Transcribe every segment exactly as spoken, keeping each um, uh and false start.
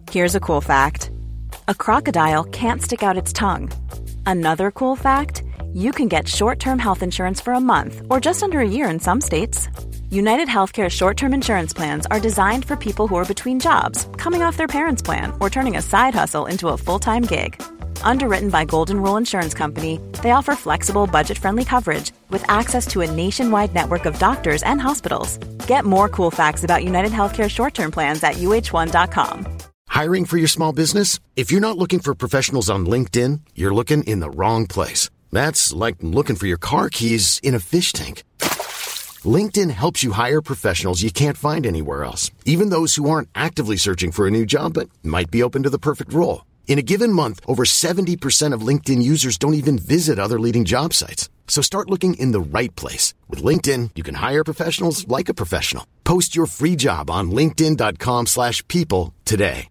Here's a cool fact. A crocodile can't stick out its tongue. Another cool fact, you can get short-term health insurance for a month or just under a year in some states. United Healthcare short-term insurance plans are designed for people who are between jobs, coming off their parents' plan, or turning a side hustle into a full-time gig. Underwritten by Golden Rule Insurance Company, they offer flexible, budget-friendly coverage with access to a nationwide network of doctors and hospitals. Get more cool facts about United Healthcare short-term plans at U H one dot com. Hiring for your small business? If you're not looking for professionals on LinkedIn, you're looking in the wrong place. That's like looking for your car keys in a fish tank. LinkedIn helps you hire professionals you can't find anywhere else, even those who aren't actively searching for a new job but might be open to the perfect role. In a given month, over seventy percent of LinkedIn users don't even visit other leading job sites. So start looking in the right place. With LinkedIn, you can hire professionals like a professional. Post your free job on linkedin dot com slash people today.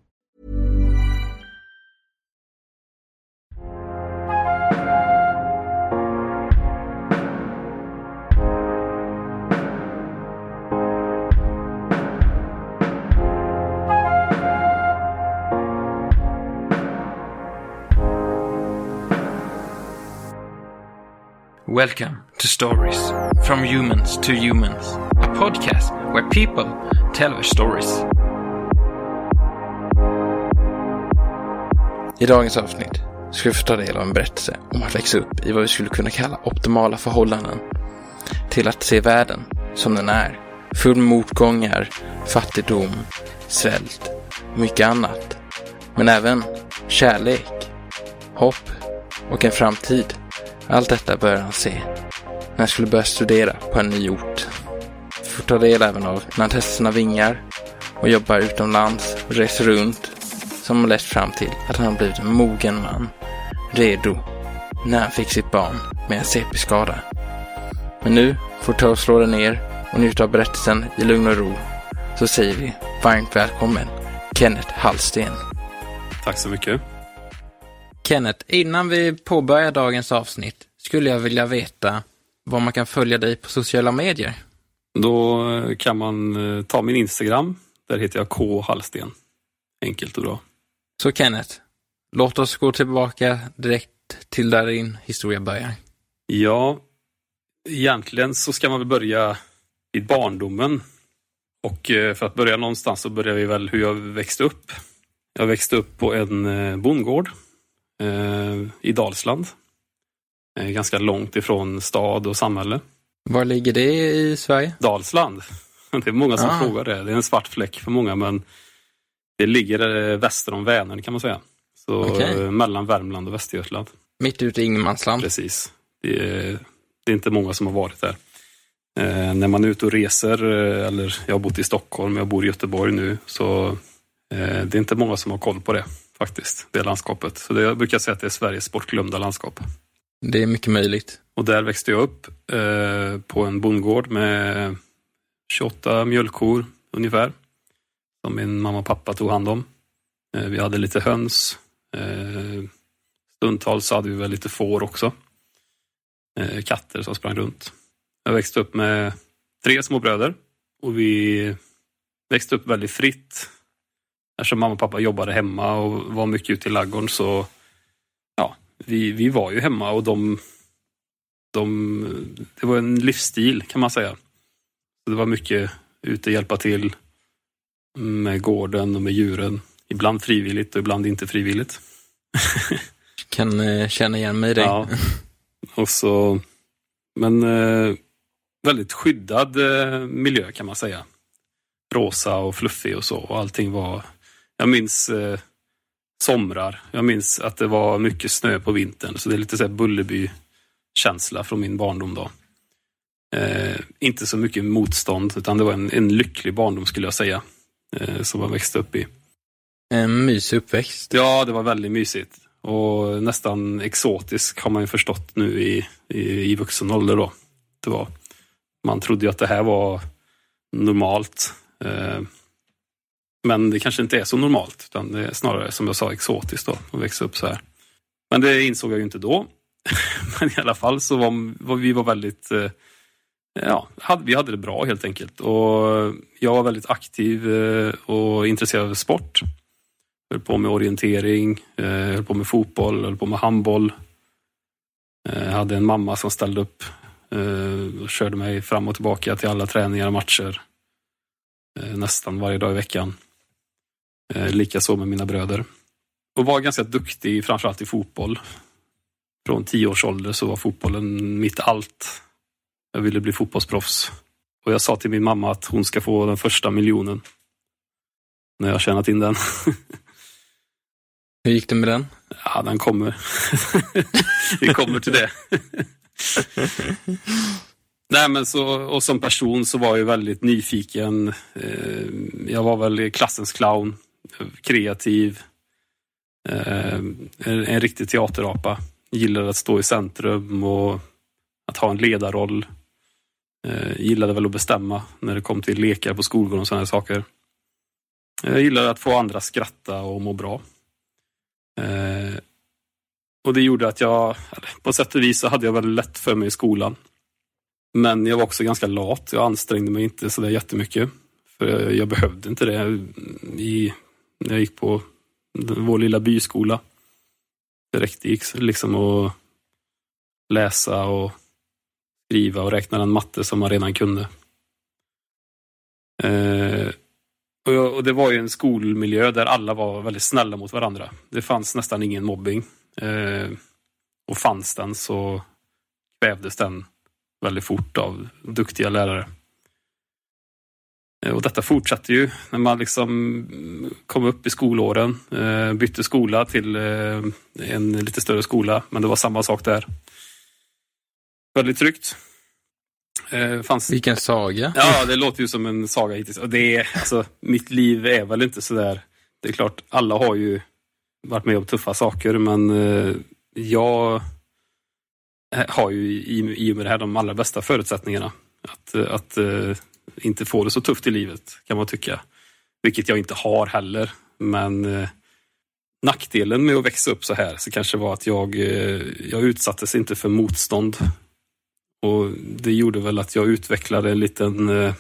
Welcome to Stories from Humans to Humans, a podcast where people tell their stories. I dagens avsnitt ska vi få ta del av en berättelse om att växa upp i vad vi skulle kunna kalla optimala förhållanden, till att se världen som den är, full med motgångar, fattigdom, svält och mycket annat. Men även kärlek, hopp och en framtid. Allt detta började han se när han skulle börja studera på en ny ort. Får ta del även av när han testar sina vingar och jobbar utomlands och reser runt, som har lett fram till att han har blivit en mogen man, redo när han fick sitt barn med en C P-skada. Men nu får ta och slå det ner och njuta av berättelsen i lugn och ro. Så säger vi varmt välkommen Kenneth Hallsten. Tack så mycket. Kenneth, innan vi påbörjar dagens avsnitt skulle jag vilja veta var man kan följa dig på sociala medier. Då kan man ta min Instagram. Där heter jag K. Hallsten. Enkelt och bra. Så Kenneth, låt oss gå tillbaka direkt till där din historia börjar. Ja, egentligen så ska man väl börja i barndomen. Och för att börja någonstans så börjar vi väl hur jag växte upp. Jag växte upp på en bondgård i Dalsland. Ganska långt ifrån stad och samhälle. Var ligger det i Sverige? Dalsland. Det är många som ah. frågar det. Det är en svart fläck för många, men det ligger väster om Vänern kan man säga. Så okay. Mellan Värmland och Västergötland. Mitt ute i ingenmansland. Precis. Det är, det är inte många som har varit där. Eh, när man är ute och reser, eller jag har bott i Stockholm, jag bor i Göteborg nu, så eh, det är inte många som har koll på det. Faktiskt, det landskapet. Så det, jag brukar säga att det är Sveriges bortglömda landskap. Det är mycket möjligt. Och där växte jag upp eh, på en bondgård med tjugoåtta mjölkkor ungefär. Som min mamma och pappa tog hand om. Eh, vi hade lite höns. Eh, stundtals så hade vi väl lite får också. Eh, katter som sprang runt. Jag växte upp med tre små bröder. Och vi växte upp väldigt fritt. Eftersom mamma och pappa jobbade hemma och var mycket ute i laggården, så ja, vi, vi var ju hemma och de, de, det var en livsstil kan man säga. Så det var mycket ute, hjälpa till med gården och med djuren. Ibland frivilligt och ibland inte frivilligt. Kan eh, känna igen mig i det. Ja, och så, men eh, väldigt skyddad eh, miljö kan man säga. Rosa och fluffig och så, och allting var... Jag minns eh, somrar. Jag minns att det var mycket snö på vintern. Så det är lite så här Bullerby-känsla från min barndom då. Eh, inte så mycket motstånd, utan det var en, en lycklig barndom skulle jag säga. Eh, som jag växte upp i. En mysig uppväxt. Ja, det var väldigt mysigt. Och nästan exotisk har man ju förstått nu i, i, i vuxen ålder då. Det var, man trodde ju att det här var normalt. Eh, Men det kanske inte är så normalt, utan det är snarare, som jag sa, exotiskt då, att växa upp så här. Men det insåg jag ju inte då. Men i alla fall så var, var vi var väldigt, eh, ja, hade, vi hade det bra helt enkelt. Och jag var väldigt aktiv eh, och intresserad av sport. höll på med orientering, eh, höll på med fotboll, höll på med handboll. Eh, hade en mamma som ställde upp eh, och körde mig fram och tillbaka till alla träningar och matcher. Eh, nästan varje dag i veckan. Eh, Likaså med mina bröder. Och var ganska duktig framförallt i fotboll. Från tio års ålder så var fotbollen mitt allt. Jag ville bli fotbollsproffs. Och jag sa till min mamma att hon ska få den första miljonen. När jag tjänat in den. Hur gick det med den? Ja, den kommer. Vi kommer till det. Nej, men så, och som person så var jag väldigt nyfiken. Jag var väl klassens clown. Kreativ. En, en riktig teaterapa. Gillade att stå i centrum och att ha en ledarroll. Gillade väl att bestämma när det kom till lekar på skolgården och sådana saker. Jag gillade att få andra skratta och må bra. Eh, och det gjorde att jag, på sätt och vis så hade jag väldigt lätt för mig i skolan. Men jag var också ganska lat. Jag ansträngde mig inte så där jättemycket. För jag, jag behövde inte det i, när jag gick på vår lilla byskola. Det räckte gick liksom att läsa och skriva och räkna den matte som man redan kunde. Eh, Och, jag, och det var ju en skolmiljö där alla var väldigt snälla mot varandra. Det fanns nästan ingen mobbing. Eh, och fanns den så kvävdes den väldigt fort av duktiga lärare. Eh, och detta fortsatte ju när man liksom kom upp i skolåren. Eh, bytte skola till eh, en lite större skola. Men det var samma sak där. Väldigt tryggt. Eh, fanns... Vilken saga. Ja, det låter ju som en saga hittills. Och det är, alltså, mitt liv är väl inte så där. Det är klart, alla har ju varit med om tuffa saker, men eh, jag har ju i, i och med det här de allra bästa förutsättningarna. Att, att eh, inte få det så tufft i livet, kan man tycka. Vilket jag inte har heller. Men eh, nackdelen med att växa upp så här så kanske var att jag, eh, jag utsattes inte för motstånd. Och det gjorde väl att jag utvecklade en liten eh,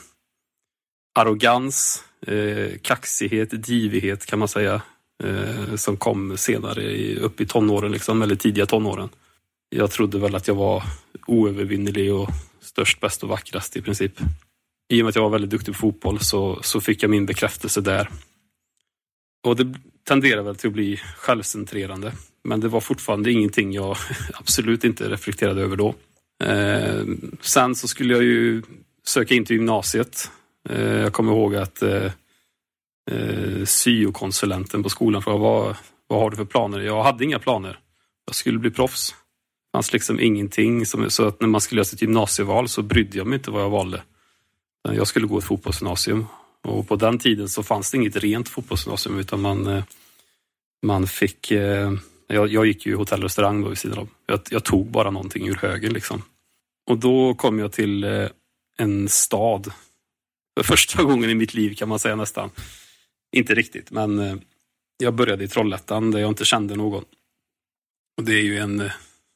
arrogans, eh, kaxighet, divighet kan man säga. Eh, som kom senare i, upp i tonåren, liksom, eller tidiga tonåren. Jag trodde väl att jag var oövervinnelig och störst, bäst och vackrast i princip. I och med att jag var väldigt duktig på fotboll så, så fick jag min bekräftelse där. Och det tenderar väl till att bli självcentrerande. Men det var fortfarande ingenting jag absolut inte reflekterade över då. Eh, sen så skulle jag ju söka in till gymnasiet. Eh, jag kommer ihåg att eh, eh, syokonsulenten på skolan frågade vad, vad har du för planer? Jag hade inga planer. Jag skulle bli proffs. Det fanns liksom ingenting. Som, så att när man skulle göra sitt gymnasieval så brydde jag mig inte vad jag valde. Jag skulle gå ett fotbollsgymnasium. Och på den tiden så fanns det inget rent fotbollsgymnasium utan man, eh, man fick... Eh, Jag, jag gick ju hotell och restaurang då vid sidan av. Jag, jag tog bara någonting ur högen liksom. Och då kom jag till eh, en stad. För första gången i mitt liv kan man säga nästan. Inte riktigt, men eh, jag började i Trollhättan där jag inte kände någon. Och det är ju en,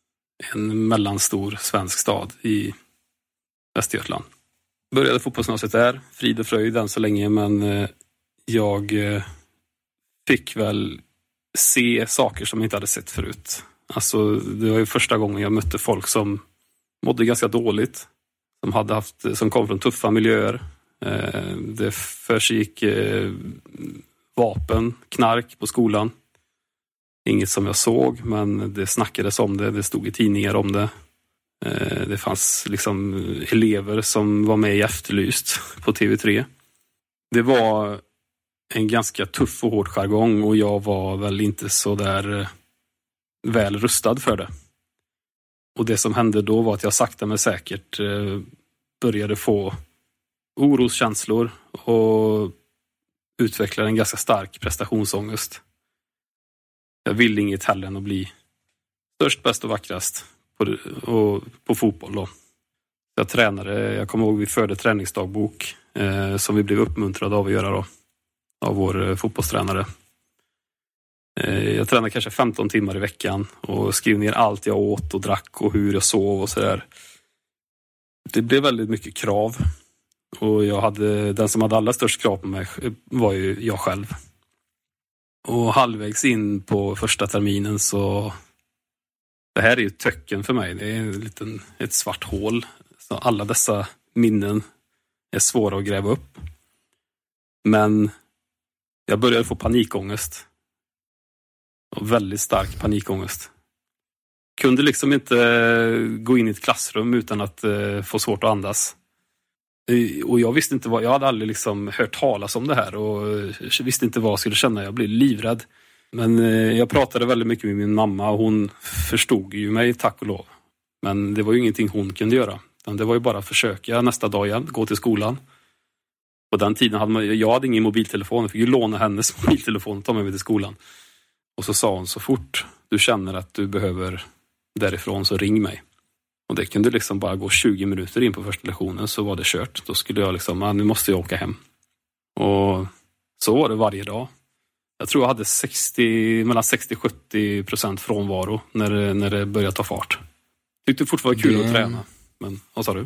en mellanstor svensk stad i Västergötland. Började fotbollsgymnasiet där. Frid och fröjd än så länge, men eh, jag eh, fick väl se saker som jag inte hade sett förut. Alltså, det var ju första gången jag mötte folk som mådde ganska dåligt. Som, hade haft, som kom från tuffa miljöer. Eh, det försiggick eh, vapen, knark på skolan. Inget som jag såg, men det snackades om det. Det stod i tidningar om det. Eh, det fanns liksom elever som var med i Efterlyst på T V tre. Det var en ganska tuff och hård jargong och jag var väl inte så där väl rustad för det. Och det som hände då var att jag sakta men säkert eh, började få oroskänslor och utvecklade en ganska stark prestationsångest. Jag ville inget hellre än att bli störst, bäst och vackrast på, och, på fotboll då. Jag tränade, jag kommer ihåg vi förde träningsdagbok eh, som vi blev uppmuntrade av att göra då. Av vår fotbollstränare. Jag tränade kanske femton timmar i veckan och skrev ner allt jag åt och drack och hur jag sov och sådär. Det blev väldigt mycket krav. Och jag hade, den som hade allra störst krav på mig var ju jag själv. Och halvvägs in på första terminen så... Det här är ju ett töcken för mig. Det är en liten, ett svart hål. Så alla dessa minnen är svåra att gräva upp. Men jag började få panikångest. Och väldigt stark panikångest. Kunde liksom inte gå in i ett klassrum utan att uh, få svårt att andas. Och jag visste inte vad, jag hade aldrig liksom hört talas om det här och visste inte vad jag skulle känna. Jag blev livrädd. Men uh, jag pratade väldigt mycket med min mamma och hon förstod ju mig, tack och lov. Men det var ju ingenting hon kunde göra. Det var ju bara att försöka nästa dag igen, gå till skolan. På den tiden hade man, jag hade ingen mobiltelefon, jag fick ju låna hennes mobiltelefon och ta med mig till skolan. Och så sa hon, så fort du känner att du behöver därifrån så ring mig. Och det kunde liksom bara gå tjugo minuter in på första lektionen så var det kört. Då skulle jag liksom, ah, nu måste jag åka hem. Och så var det varje dag. Jag tror jag hade sextio, mellan sextio till sjuttio procent frånvaro när det, när det började ta fart. Tyckte fortfarande kul det... att träna. Men vad sa du?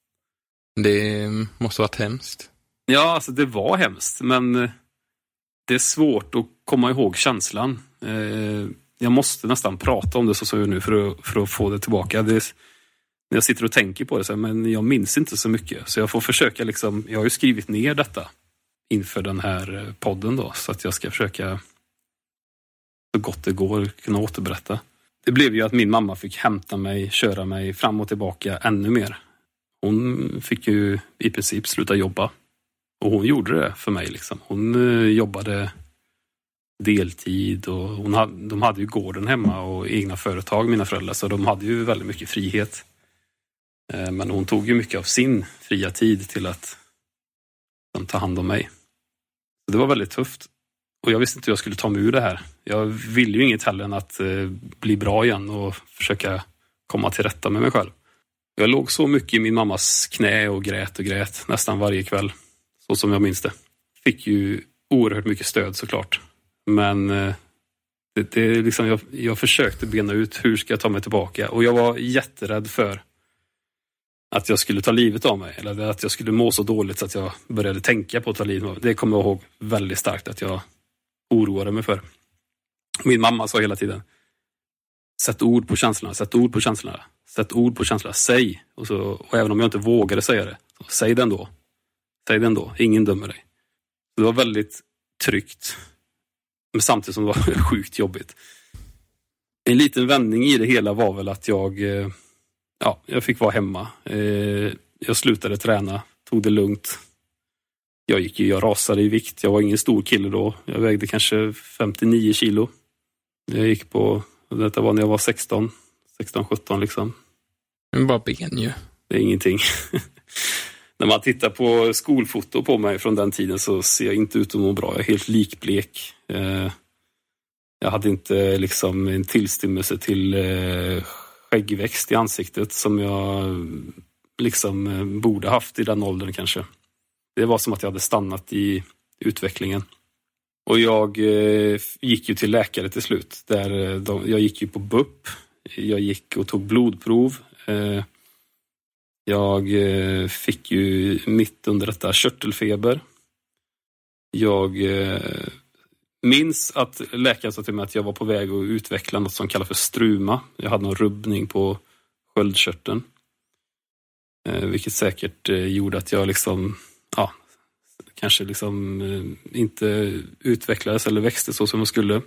Det måste ha varit hemskt. Ja, alltså det var hemskt. Men det är svårt att komma ihåg känslan. Jag måste nästan prata om det så som jag nu för att, för att få det tillbaka. Det är, när jag sitter och tänker på det så här, men jag minns inte så mycket. Så jag får försöka liksom, jag har ju skrivit ner detta inför den här podden då. Så att jag ska försöka så gott det går kunna återberätta. Det blev ju att min mamma fick hämta mig, köra mig fram och tillbaka ännu mer. Hon fick ju i princip sluta jobba. Och hon gjorde det för mig liksom. Hon uh, jobbade deltid och hon hade, de hade ju gården hemma och egna företag, mina föräldrar. Så de hade ju väldigt mycket frihet. Uh, men hon tog ju mycket av sin fria tid till att de ta hand om mig. Så det var väldigt tufft. Och jag visste inte hur jag skulle ta mig ur det här. Jag ville ju inget heller än att uh, bli bra igen och försöka komma till rätta med mig själv. Jag låg så mycket i min mammas knä och grät och grät nästan varje kväll. Så som jag minns det. Fick ju oerhört mycket stöd såklart. Men uh, det, det liksom, jag, jag försökte bena ut hur ska jag ta mig tillbaka. Och jag var jätterädd för att jag skulle ta livet av mig. Eller att jag skulle må så dåligt så att jag började tänka på att ta livet av mig. Det kommer jag ihåg väldigt starkt att jag oroade mig för. Min mamma sa hela tiden: sätt ord på känslorna, sätt ord på känslorna. Sätt ord på känslorna, säg. Och, så, och även om jag inte vågade säga det, så säg den då. Säg den då, ingen dömer dig. Det var väldigt tryggt. Men samtidigt som det var sjukt jobbigt. En liten vändning i det hela var väl att jag, ja, jag fick vara hemma. Jag slutade träna, tog det lugnt. Jag gick ju, jag rasade i vikt. Jag var ingen stor kille då. Jag vägde kanske femtionio kilo. Jag gick på, detta var när jag var sexton, sexton sjutton liksom. Men bara ben ju. Det är ingenting. När man tittar på skolfoto på mig från den tiden så ser jag inte ut att må bra. Jag är helt likblek. Jag hade inte liksom en tillstymmelse till skäggväxt i ansiktet som jag liksom borde haft i den åldern kanske. Det var som att jag hade stannat i utvecklingen. Och jag gick ju till läkare till slut. Där de, jag gick ju på B U P. Jag gick och tog blodprov. Jag fick ju mitt under detta körtelfeber. Jag minns att läkaren sa till mig att jag var på väg att utveckla något som kallas för struma. Jag hade någon rubbning på sköldkörteln. Vilket säkert gjorde att jag liksom, ja, kanske liksom inte utvecklades eller växte så som jag skulle.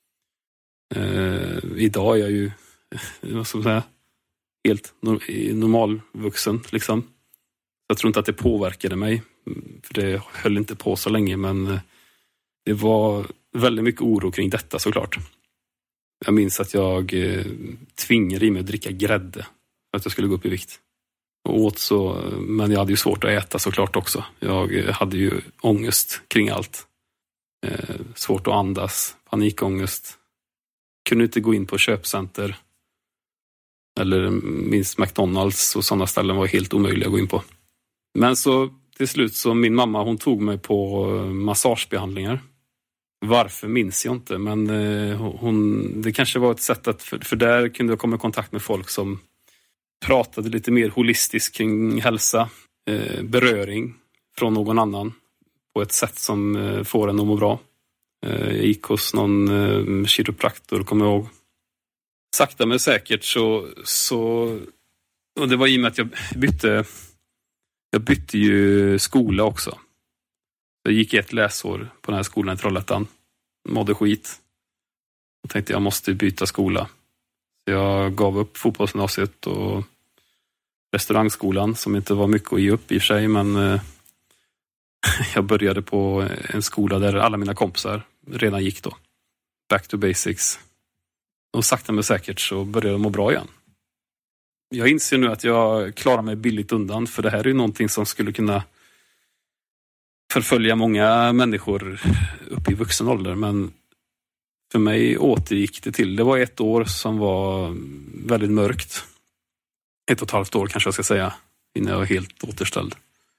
Idag är jag ju, vad ska man säga, helt normalvuxen liksom. Jag tror inte att det påverkade mig, för det höll inte på så länge, men det var väldigt mycket oro kring detta såklart. Jag minns att jag tvingade i mig att dricka grädde för att jag skulle gå upp i vikt. Och åt så, men jag hade ju svårt att äta såklart också. Jag hade ju ångest kring allt. Svårt att andas, panikångest. Kunde inte gå in på köpcenter. Eller minst McDonalds och sådana ställen var helt omöjliga att gå in på. Men så till slut så min mamma, hon tog mig på massagebehandlingar. Varför minns jag inte, men hon, det kanske var ett sätt att, för, för där kunde jag komma i kontakt med folk som pratade lite mer holistiskt kring hälsa, beröring från någon annan på ett sätt som får en att må bra. Jag gick hos någon eh, kiropraktor, kommer jag ihåg. Sakta men säkert så, så... Och det var i och med att jag bytte... Jag bytte ju skola också. Jag gick ett läsår på den här skolan i Trollhättan. Mådde skit. Jag tänkte jag måste byta skola. Så jag gav upp fotbollsgymnasiet och restaurangskolan som inte var mycket att ge upp i och för sig. Men eh, jag började på en skola där alla mina kompisar redan gick då. Back to basics. Och sakta men säkert så började jag må bra igen. Jag inser nu att jag klarar mig billigt undan. För det här är ju någonting som skulle kunna förfölja många människor upp i vuxen ålder. Men för mig återgick det till. Det var ett år som var väldigt mörkt. Ett och ett halvt år kanske jag ska säga. Innan jag var helt återställd.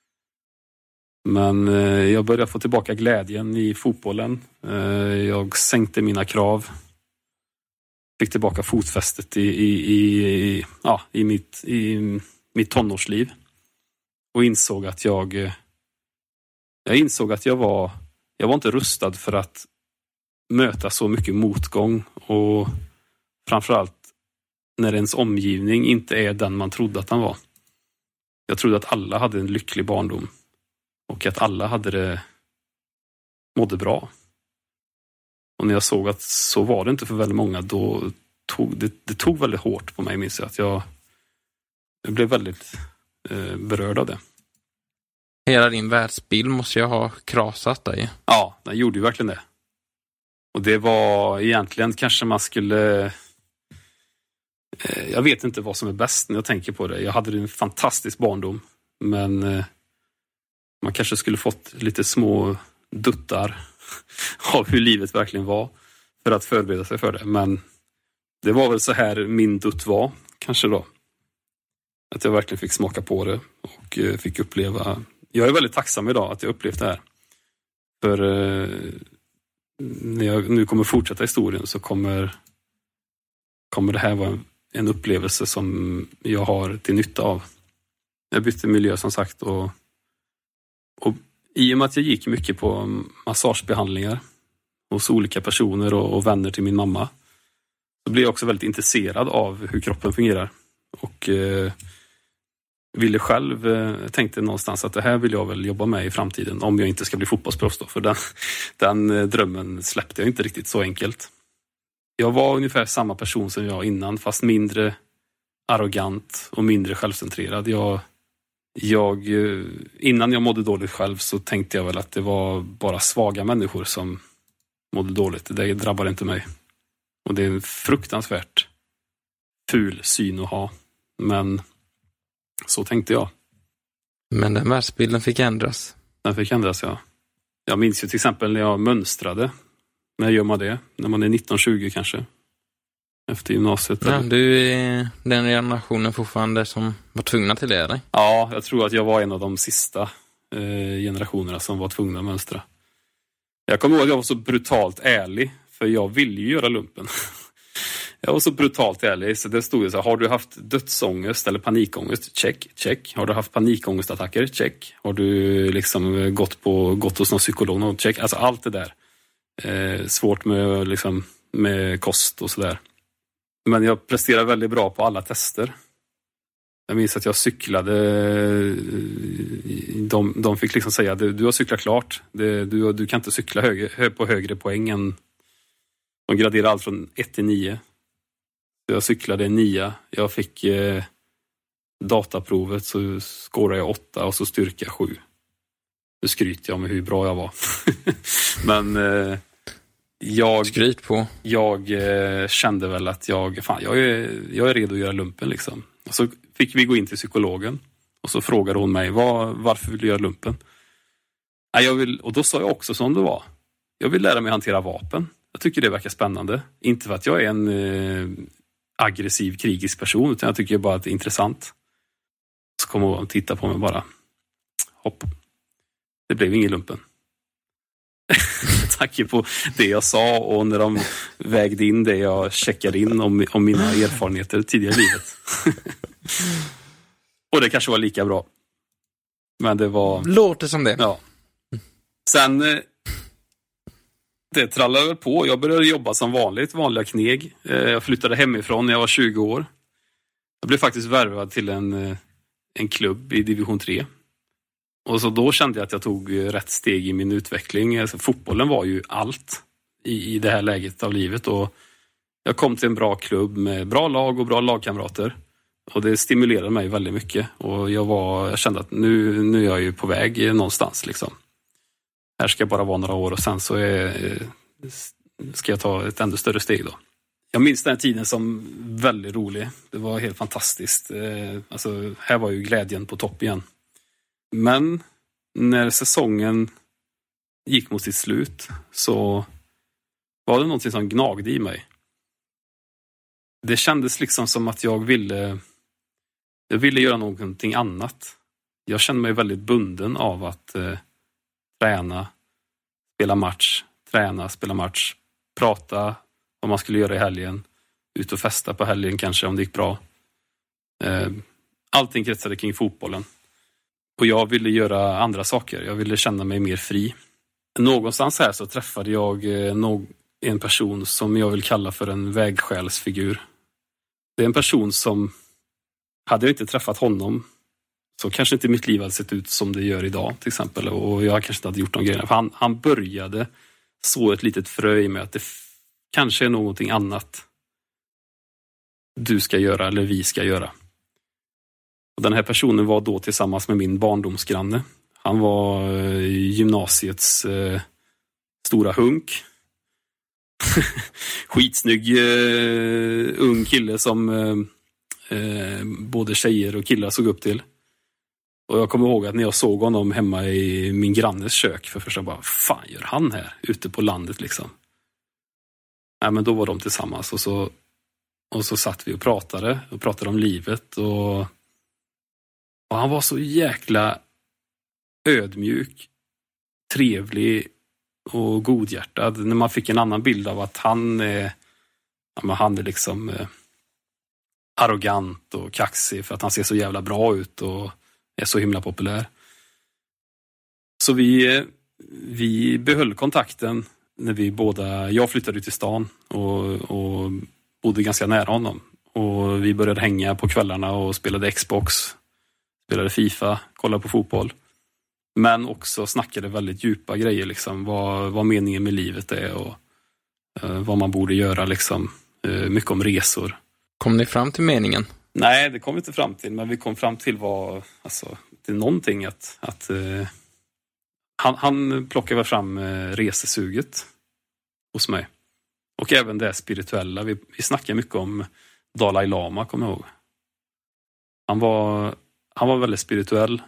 Men eh, jag började få tillbaka glädjen i fotbollen. Eh, jag sänkte mina krav. Fick tillbaka fotfästet i, i, i, ja, i, mitt, i mitt tonårsliv. Och insåg att jag... Jag insåg att jag var... Jag var inte rustad för att möta så mycket motgång. Och framförallt när ens omgivning inte är den man trodde att han var. Jag trodde att alla hade en lycklig barndom. Och att alla hade det... mådde bra. Och när jag såg att så var det inte för väldigt många, då tog det, det tog väldigt hårt på mig, minns jag. Att jag, jag blev väldigt eh, berörd av det. Hela din världsbild måste jag ha krasat dig. Ja, den gjorde ju verkligen det. Och det var egentligen kanske man skulle... Eh, jag vet inte vad som är bäst när jag tänker på det. Jag hade en fantastisk barndom. Men eh, man kanske skulle fått lite små duttar av hur livet verkligen var för att förbereda sig för det. Men det var väl så här min dutt var, kanske då. Att jag verkligen fick smaka på det och fick uppleva. Jag är väldigt tacksam idag att jag upplevt det här. För eh, när jag nu kommer fortsätta historien så kommer, kommer det här vara en, en upplevelse som jag har till nytta av. Jag bytte miljö som sagt och, och i och med att jag gick mycket på massagebehandlingar hos olika personer och, och vänner till min mamma, så blev jag också väldigt intresserad av hur kroppen fungerar. Och eh, ville själv, eh, tänkte någonstans att det här vill jag väl jobba med i framtiden om jag inte ska bli fotbollsproffs då. För den, den eh, drömmen släppte jag inte riktigt så enkelt. Jag var ungefär samma person som jag innan, fast mindre arrogant och mindre självcentrerad. Jag... Jag, innan jag mådde dåligt själv så tänkte jag väl att det var bara svaga människor som mådde dåligt. Det drabbar inte mig. Och det är en fruktansvärt ful syn att ha. Men så tänkte jag. Men den världsbilden fick ändras. Den fick ändras, ja. Jag minns ju till exempel när jag mönstrade. När gör man det? När man är nitton tjugo kanske. Efter gymnasiet. Ja, du är den generationen fortfarande som var tvungna till det, eller? Ja, jag tror att jag var en av de sista eh, generationerna som var tvungna att mönstra. Jag kommer ihåg att jag var så brutalt ärlig, för jag ville ju göra lumpen. Jag var så brutalt ärlig, så det stod ju så här: har du haft dödsångest eller panikångest? Check, check. Har du haft panikångestattacker? Check. Har du liksom gått, på, gått hos någon psykolog? Check. Alltså allt det där. Eh, svårt med, liksom, med kost och sådär. Men jag presterade väldigt bra på alla tester. Jag minns att jag cyklade. De, de fick liksom säga: du, du har cyklat klart. Det, du, du kan inte cykla högre, på högre poäng än... De graderade allt från ett till nio. Jag cyklade en nia. Jag fick eh, dataprovet, så skårade jag åtta och så styrka sju. Nu skryter jag med hur bra jag var. Men... Eh, Jag, Skryt på. jag eh, kände väl att jag, fan, jag, är, jag är redo att göra lumpen liksom. Och så fick vi gå in till psykologen. Och så frågade hon mig, var, varför vill du göra lumpen? Nej, jag vill, och då sa jag också som det var. Jag vill lära mig hantera vapen. Jag tycker det verkar spännande. Inte för att jag är en eh, aggressiv, krigisk person, utan jag tycker bara att det är intressant. Så kom hon och titta på mig bara. Hopp. Det blev ingen lumpen. Tack på det jag sa, och när de vägde in det jag checkade in om, om mina erfarenheter tidigare i livet. Och det kanske var lika bra. Men det var... Låter som det. Ja. Sen Det trallade väl på. Jag började jobba som vanligt, vanliga kneg. Jag flyttade hemifrån när jag var tjugo år. Jag blev faktiskt värvad till en, en klubb i division tre. Och så då kände jag att jag tog rätt steg i min utveckling. Alltså, fotbollen var ju allt i, i det här läget av livet. Och jag kom till en bra klubb med bra lag och bra lagkamrater. Och det stimulerade mig väldigt mycket. Och jag, var, jag kände att nu, nu är jag ju på väg någonstans. Liksom. Här ska jag bara vara några år och sen så är, ska jag ta ett ännu större steg då. Jag minns den tiden som väldigt rolig. Det var helt fantastiskt. Alltså, här var ju glädjen på topp igen. Men när säsongen gick mot sitt slut så var det någonting som gnagde i mig. Det kändes liksom som att jag ville jag ville göra någonting annat. Jag kände mig väldigt bunden av att eh, träna, spela match, träna, spela match, prata vad man skulle göra i helgen, ut och festa på helgen kanske om det gick bra. Eh, allting kretsade kring fotbollen. Och jag ville göra andra saker. Jag ville känna mig mer fri. Någonstans här så träffade jag en person som jag vill kalla för en vägsjälsfigur. Det är en person som, hade jag inte träffat honom så kanske inte mitt liv hade sett ut som det gör idag till exempel. Och jag kanske inte hade gjort de grejerna. För han, han började så ett litet frö i mig att det f- kanske är någonting annat du ska göra eller vi ska göra. Och den här personen var då tillsammans med min barndomsgranne. Han var eh, gymnasiets eh, stora hunk. Skitsnygg eh, ung kille som eh, eh, både tjejer och killar såg upp till. Och jag kommer ihåg att när jag såg honom hemma i min grannes kök för första bara, fan gör han här ute på landet liksom. Nej, men då var de tillsammans och så, och så satt vi och pratade och pratade om livet och, och han var så jäkla ödmjuk, trevlig och godhjärtad. När man fick en annan bild av att han är, ja, men han är liksom eh, arrogant och kaxig för att han ser så jävla bra ut och är så himla populär. Så vi, vi behöll kontakten när vi båda, jag flyttade ut till stan och, och bodde ganska nära honom. Och vi började hänga på kvällarna och spelade Xbox, spelade FIFA, kollade på fotboll. Men också snackade väldigt djupa grejer, liksom, vad, vad meningen med livet är och uh, vad man borde göra, liksom, uh, mycket om resor. Kom ni fram till meningen? Nej, det kom vi inte fram till, men vi kom fram till vad, alltså, till någonting att, att uh, han, han plockade väl fram uh, resesuget hos mig. Och även det spirituella. Vi, vi snackade mycket om Dalai Lama, kommer jag ihåg. Han var, han var väldigt spirituell.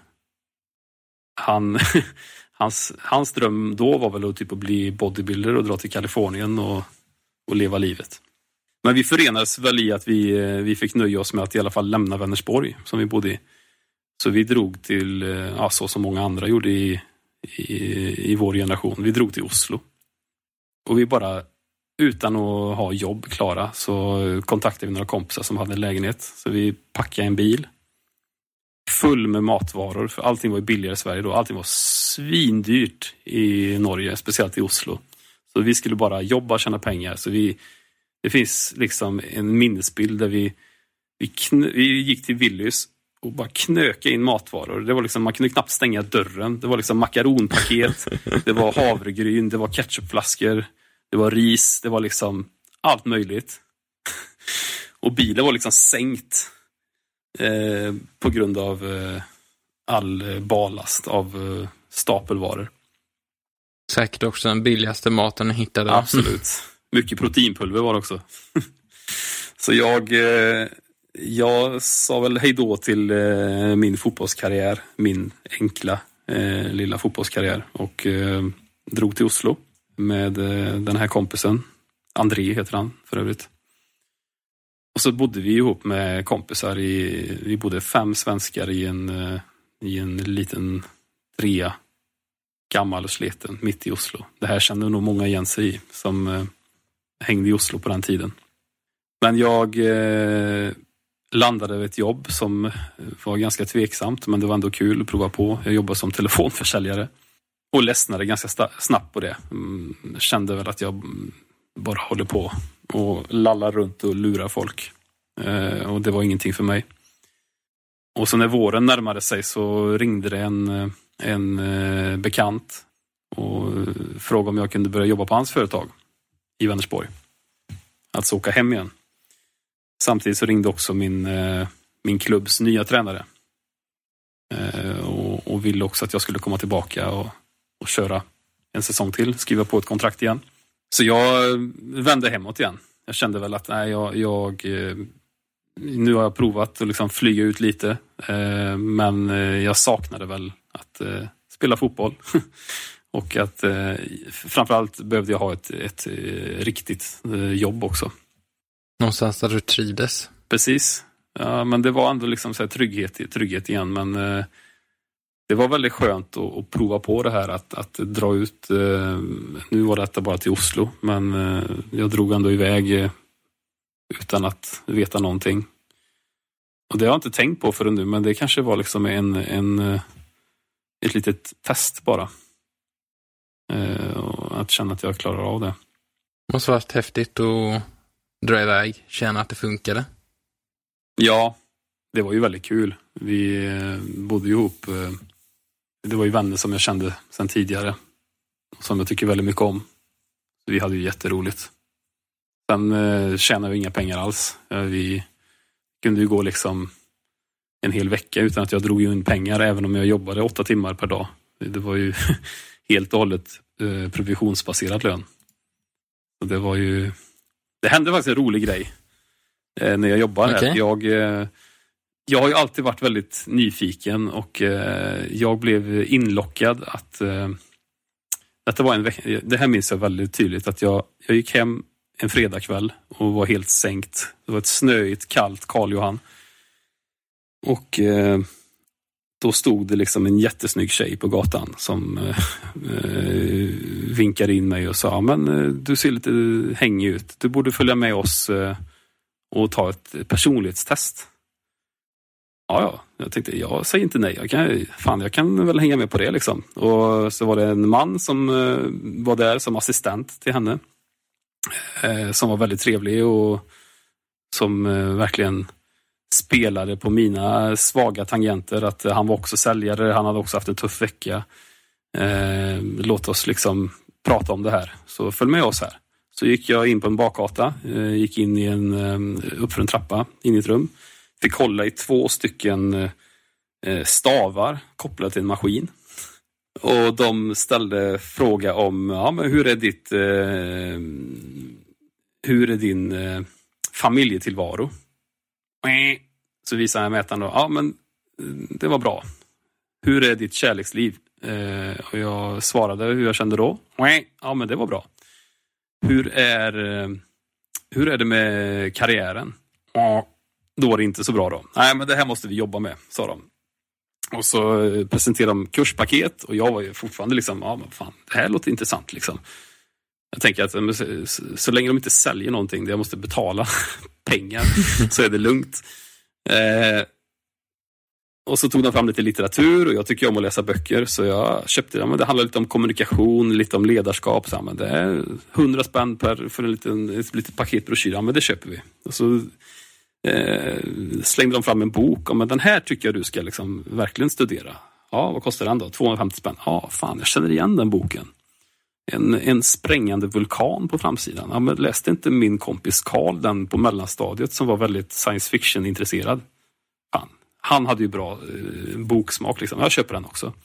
Han, hans, hans dröm då var väl att, typ, att bli bodybuilder och dra till Kalifornien och, och leva livet. Men vi förenades väl i att vi, vi fick nöja oss med att i alla fall lämna Vänersborg som vi bodde i. Så vi drog till, ja, så som många andra gjorde i, i, i vår generation. Vi drog till Oslo. Och vi bara, utan att ha jobb klara, så kontaktade vi några kompisar som hade en lägenhet. Så vi packade en bil full med matvaror, för allting var billigare i Sverige då. Allting var svindyrt i Norge, speciellt i Oslo. Så vi skulle bara jobba och tjäna pengar. Så vi, det finns liksom en minnesbild där vi, vi, knö, vi gick till Willys och bara knöka in matvaror. Det var liksom, man kunde knappt stänga dörren. Det var liksom makaronpaket, det var havregryn, det var ketchupflaskor, det var ris, det var liksom allt möjligt. Och bilen var liksom sänkt eh, på grund av eh, all ballast av eh, stapelvaror. Säkert också den billigaste maten jag hittade. Absolut. Mycket proteinpulver var det också. Så jag, eh, jag sa väl hej då till eh, min fotbollskarriär. Min enkla eh, lilla fotbollskarriär. Och eh, drog till Oslo med eh, den här kompisen. André heter han för övrigt. Och så bodde vi ihop med kompisar. I, vi bodde fem svenskar i en, eh, i en liten trea. Gammal och sleten, mitt i Oslo. Det här kände nog många igen sig i som eh, hängde i Oslo på den tiden. Men jag eh, landade vid ett jobb som var ganska tveksamt, men det var ändå kul att prova på. Jag jobbade som telefonförsäljare. Och ledsnade ganska sta- snabbt på det. Mm, kände väl att jag bara håller på och lallar runt och lurar folk. Eh, och det var ingenting för mig. Och så när våren närmade sig så ringde det en, en eh, bekant och frågade om jag kunde börja jobba på hans företag i Vänersborg. Alltså åka hem igen. Samtidigt så ringde också min, eh, min klubbs nya tränare. Eh, och, och ville också att jag skulle komma tillbaka och, och köra en säsong till. Skriva på ett kontrakt igen. Så jag vände hemåt igen. Jag kände väl att nej, jag, jag eh, nu har jag provat att liksom flyga ut lite. Eh, men eh, jag saknade väl att eh, spela fotboll. Och att eh, framförallt behövde jag ha ett, ett, ett riktigt eh, jobb också. Någonstans där du trivdes. Precis. Ja, men det var ändå liksom så här trygghet, trygghet igen. Men eh, det var väldigt skönt att, att prova på det här. Att, att dra ut. Eh, nu var detta bara till Oslo. Men eh, jag drog ändå iväg eh, utan att veta någonting. Och det har jag inte tänkt på förrän nu. Men det kanske var liksom en, en, ett litet test bara. Eh, och att känna att jag klarar av det. Det måste varit häftigt att dra iväg. Känna att det funkade. Ja, det var ju väldigt kul. Vi eh, bodde ihop. Eh, det var ju vänner som jag kände sedan tidigare. Som jag tycker väldigt mycket om. Vi hade ju jätteroligt. Sen eh, tjänade vi inga pengar alls. Eh, vi kunde ju gå liksom en hel vecka utan att jag drog in pengar. Även om jag jobbade åtta timmar per dag. Det var ju helt och hållet eh, provisionsbaserad lön. Så det var ju... Det hände faktiskt en rolig grej. När jag jobbar här. Okay. Jag, jag har ju alltid varit väldigt nyfiken och jag blev inlockad att detta var en vecka, det här minns jag väldigt tydligt att jag, jag gick hem en fredagkväll och var helt sänkt. Det var ett snöigt, kallt Karl Johan. Och då stod det liksom en jättesnygg tjej på gatan som eh, vinkade in mig och sa men du ser lite hängig ut. Du borde följa med oss eh, och ta ett personlighetstest. Ja, ja. Jag tänkte, jag säger inte nej. Jag kan, fan, jag kan väl hänga med på det liksom. Och så var det en man som eh, var där som assistent till henne. Eh, som var väldigt trevlig och som eh, verkligen spelade på mina svaga tangenter. Att han var också säljare. Han hade också haft en tuff vecka. Eh, låt oss liksom prata om det här. Så följ med oss här. Så gick jag in på en bakgata, gick in i en, upp för en trappa, in i ett rum. Fick hålla i två stycken stavar kopplade till en maskin. Och de ställde fråga om, ja men hur är ditt, eh, hur är din eh, familjetillvaro? Så visade jag mätaren då, ja men det var bra. Hur är ditt kärleksliv? Eh, och jag svarade hur jag kände då. Ja men det var bra. Hur är, hur är det med karriären? Ja, då var det inte så bra då. Nej, men det här måste vi jobba med, sa de. Och så presenterade de kurspaket och jag var ju fortfarande liksom, ja men fan, det här låter intressant liksom. Jag tänker att så, så länge de inte säljer någonting där jag måste betala pengar så är det lugnt. Eh, och så tog de fram lite litteratur och jag tycker om att läsa böcker så jag köpte det. Men det handlar lite om kommunikation, lite om ledarskap. Så här, men det är hundra spänn per, för en liten, ett litet paketbroschyr. Ja, men det köper vi. Och så eh, slängde de fram en bok. Och, men den här tycker jag du ska liksom verkligen studera. Ja, vad kostar den då? tvåhundrafemtio spänn. Ja, fan, jag känner igen den boken. En, en sprängande vulkan på framsidan. Ja, men läste inte min kompis Karl den på mellanstadiet som var väldigt science fiction intresserad? Fan. Han hade ju bra eh, boksmak liksom. Jag köper den också.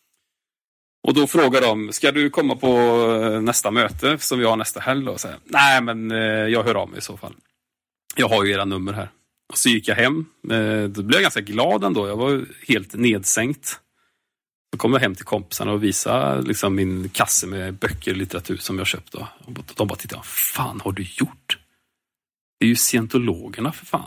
Och då frågar de, ska du komma på nästa möte som vi har nästa helg då? Så här, nej men eh, jag hör av mig i så fall. Jag har ju era nummer här. Och så gick jag hem. Eh, då blev jag ganska glad ändå. Jag var helt nedsänkt. Så kom jag hem till kompisarna och visade liksom, min kasse med böcker och litteratur som jag köpt då. Och de bara tittade, vad fan har du gjort? Det är ju scientologerna för fan.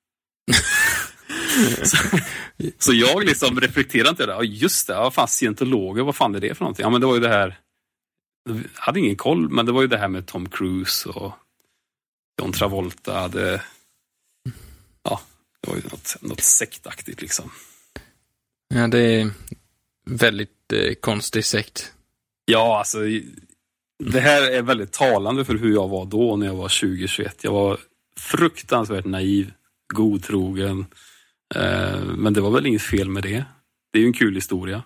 så, så jag liksom reflekterade inte det. Ja, just det, vad fan scientologer, vad fan är det för någonting? Ja, men det var ju det här, jag hade ingen koll, men det var ju det här med Tom Cruise och John Travolta hade, ja, det var ju något, något sektaktigt liksom. Ja, det är väldigt eh, konstig sekt. Ja, alltså det här är väldigt talande för hur jag var då när jag var tjugo tjugoett. Jag var fruktansvärt naiv, godtrogen. Eh, men det var väl inget fel med det. Det är ju en kul historia.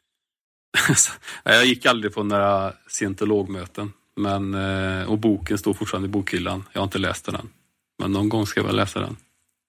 Jag gick aldrig på några scientologmöten. Men, eh, och boken står fortfarande i bokhyllan. Jag har inte läst den. Men någon gång ska jag väl läsa den.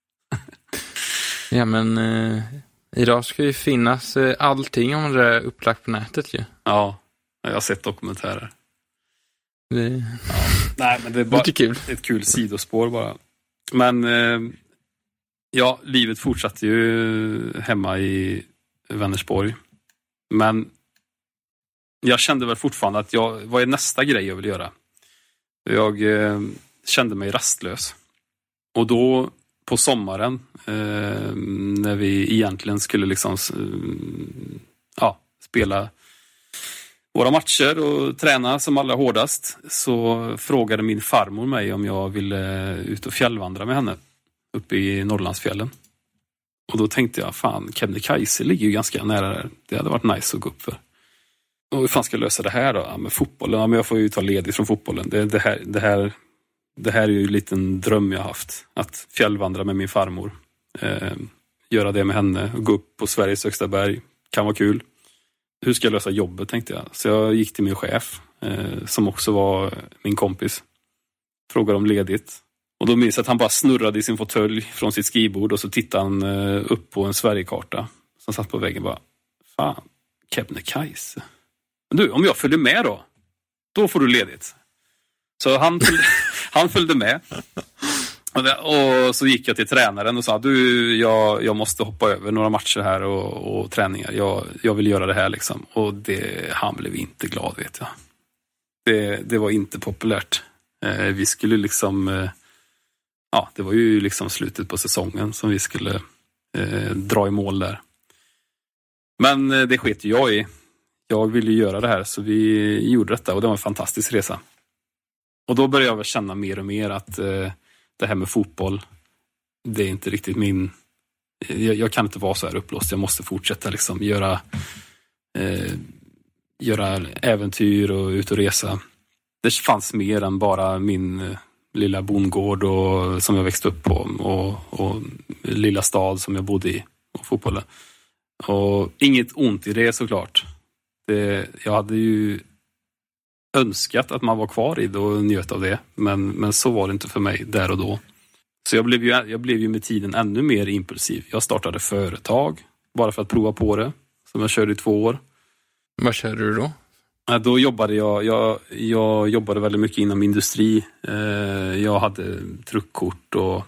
Ja, men eh, idag ska ju finnas eh, allting om det är upplagt på nätet ju. Ja, jag har sett dokumentärer. Det... Ja, nej, men det är bara det är kul. Ett kul sidospår bara. Men eh, ja, livet fortsatte ju hemma i Vänersborg. Men jag kände väl fortfarande att jag, vad är nästa grej jag vill göra? Jag eh, kände mig rastlös. Och då på sommaren eh, när vi egentligen skulle liksom eh, ja, spela våra matcher och träna som allra hårdast, så frågade min farmor mig om jag ville ut och fjällvandra med henne uppe i Norrlandsfjällen. Och då tänkte jag, fan, Kebnekaise ligger ju ganska nära där. Det hade varit nice att gå upp för. Och hur fan ska jag lösa det här då? Ja, med fotbollen, ja, men jag får ju ta ledigt från fotbollen. Det, det, här, det, här, det här är ju en liten dröm jag haft. Att fjällvandra med min farmor. Eh, göra det med henne och gå upp på Sveriges högsta berg. Kan vara kul. Hur ska jag lösa jobbet, tänkte jag. Så jag gick till min chef, eh, som också var min kompis. Frågade om ledigt. Och då minns jag att han bara snurrade i sin fåtölj från sitt skrivbord. Och så tittade han eh, upp på en Sverigekarta som satt på väggen. Bara, fan, Kebnekaise. Du, om jag följer med då, då får du ledigt. Så han, följde, han följde med. Och så gick jag till tränaren och sa, du, jag, jag måste hoppa över några matcher här och, och träningar. Jag, jag vill göra det här liksom. Och det, han blev inte glad, vet jag. Det, det var inte populärt. Eh, vi skulle liksom, eh, ja, det var ju liksom slutet på säsongen som vi skulle eh, dra i mål där. Men eh, det sket ju jag i. Jag ville göra det här, så vi gjorde detta och det var en fantastisk resa. Och då började jag väl känna mer och mer att eh, det här med fotboll, det är inte riktigt min... Jag, jag kan inte vara så här upplåst. Jag måste fortsätta liksom göra, eh, göra äventyr och ut och resa. Det fanns mer än bara min eh, lilla bondgård och, som jag växte upp på och, och lilla stad som jag bodde i och fotbollen. Och inget ont i det såklart. Det, jag hade ju önskat att man var kvar i det och njöt av det. Men, men så var det inte för mig där och då. Så jag blev, ju, jag blev ju med tiden ännu mer impulsiv. Jag startade företag bara för att prova på det. Som jag körde i två år. Vad körde du då? Ja, då jobbade jag, jag, jag jobbade väldigt mycket inom industri. Eh, jag hade truckkort och,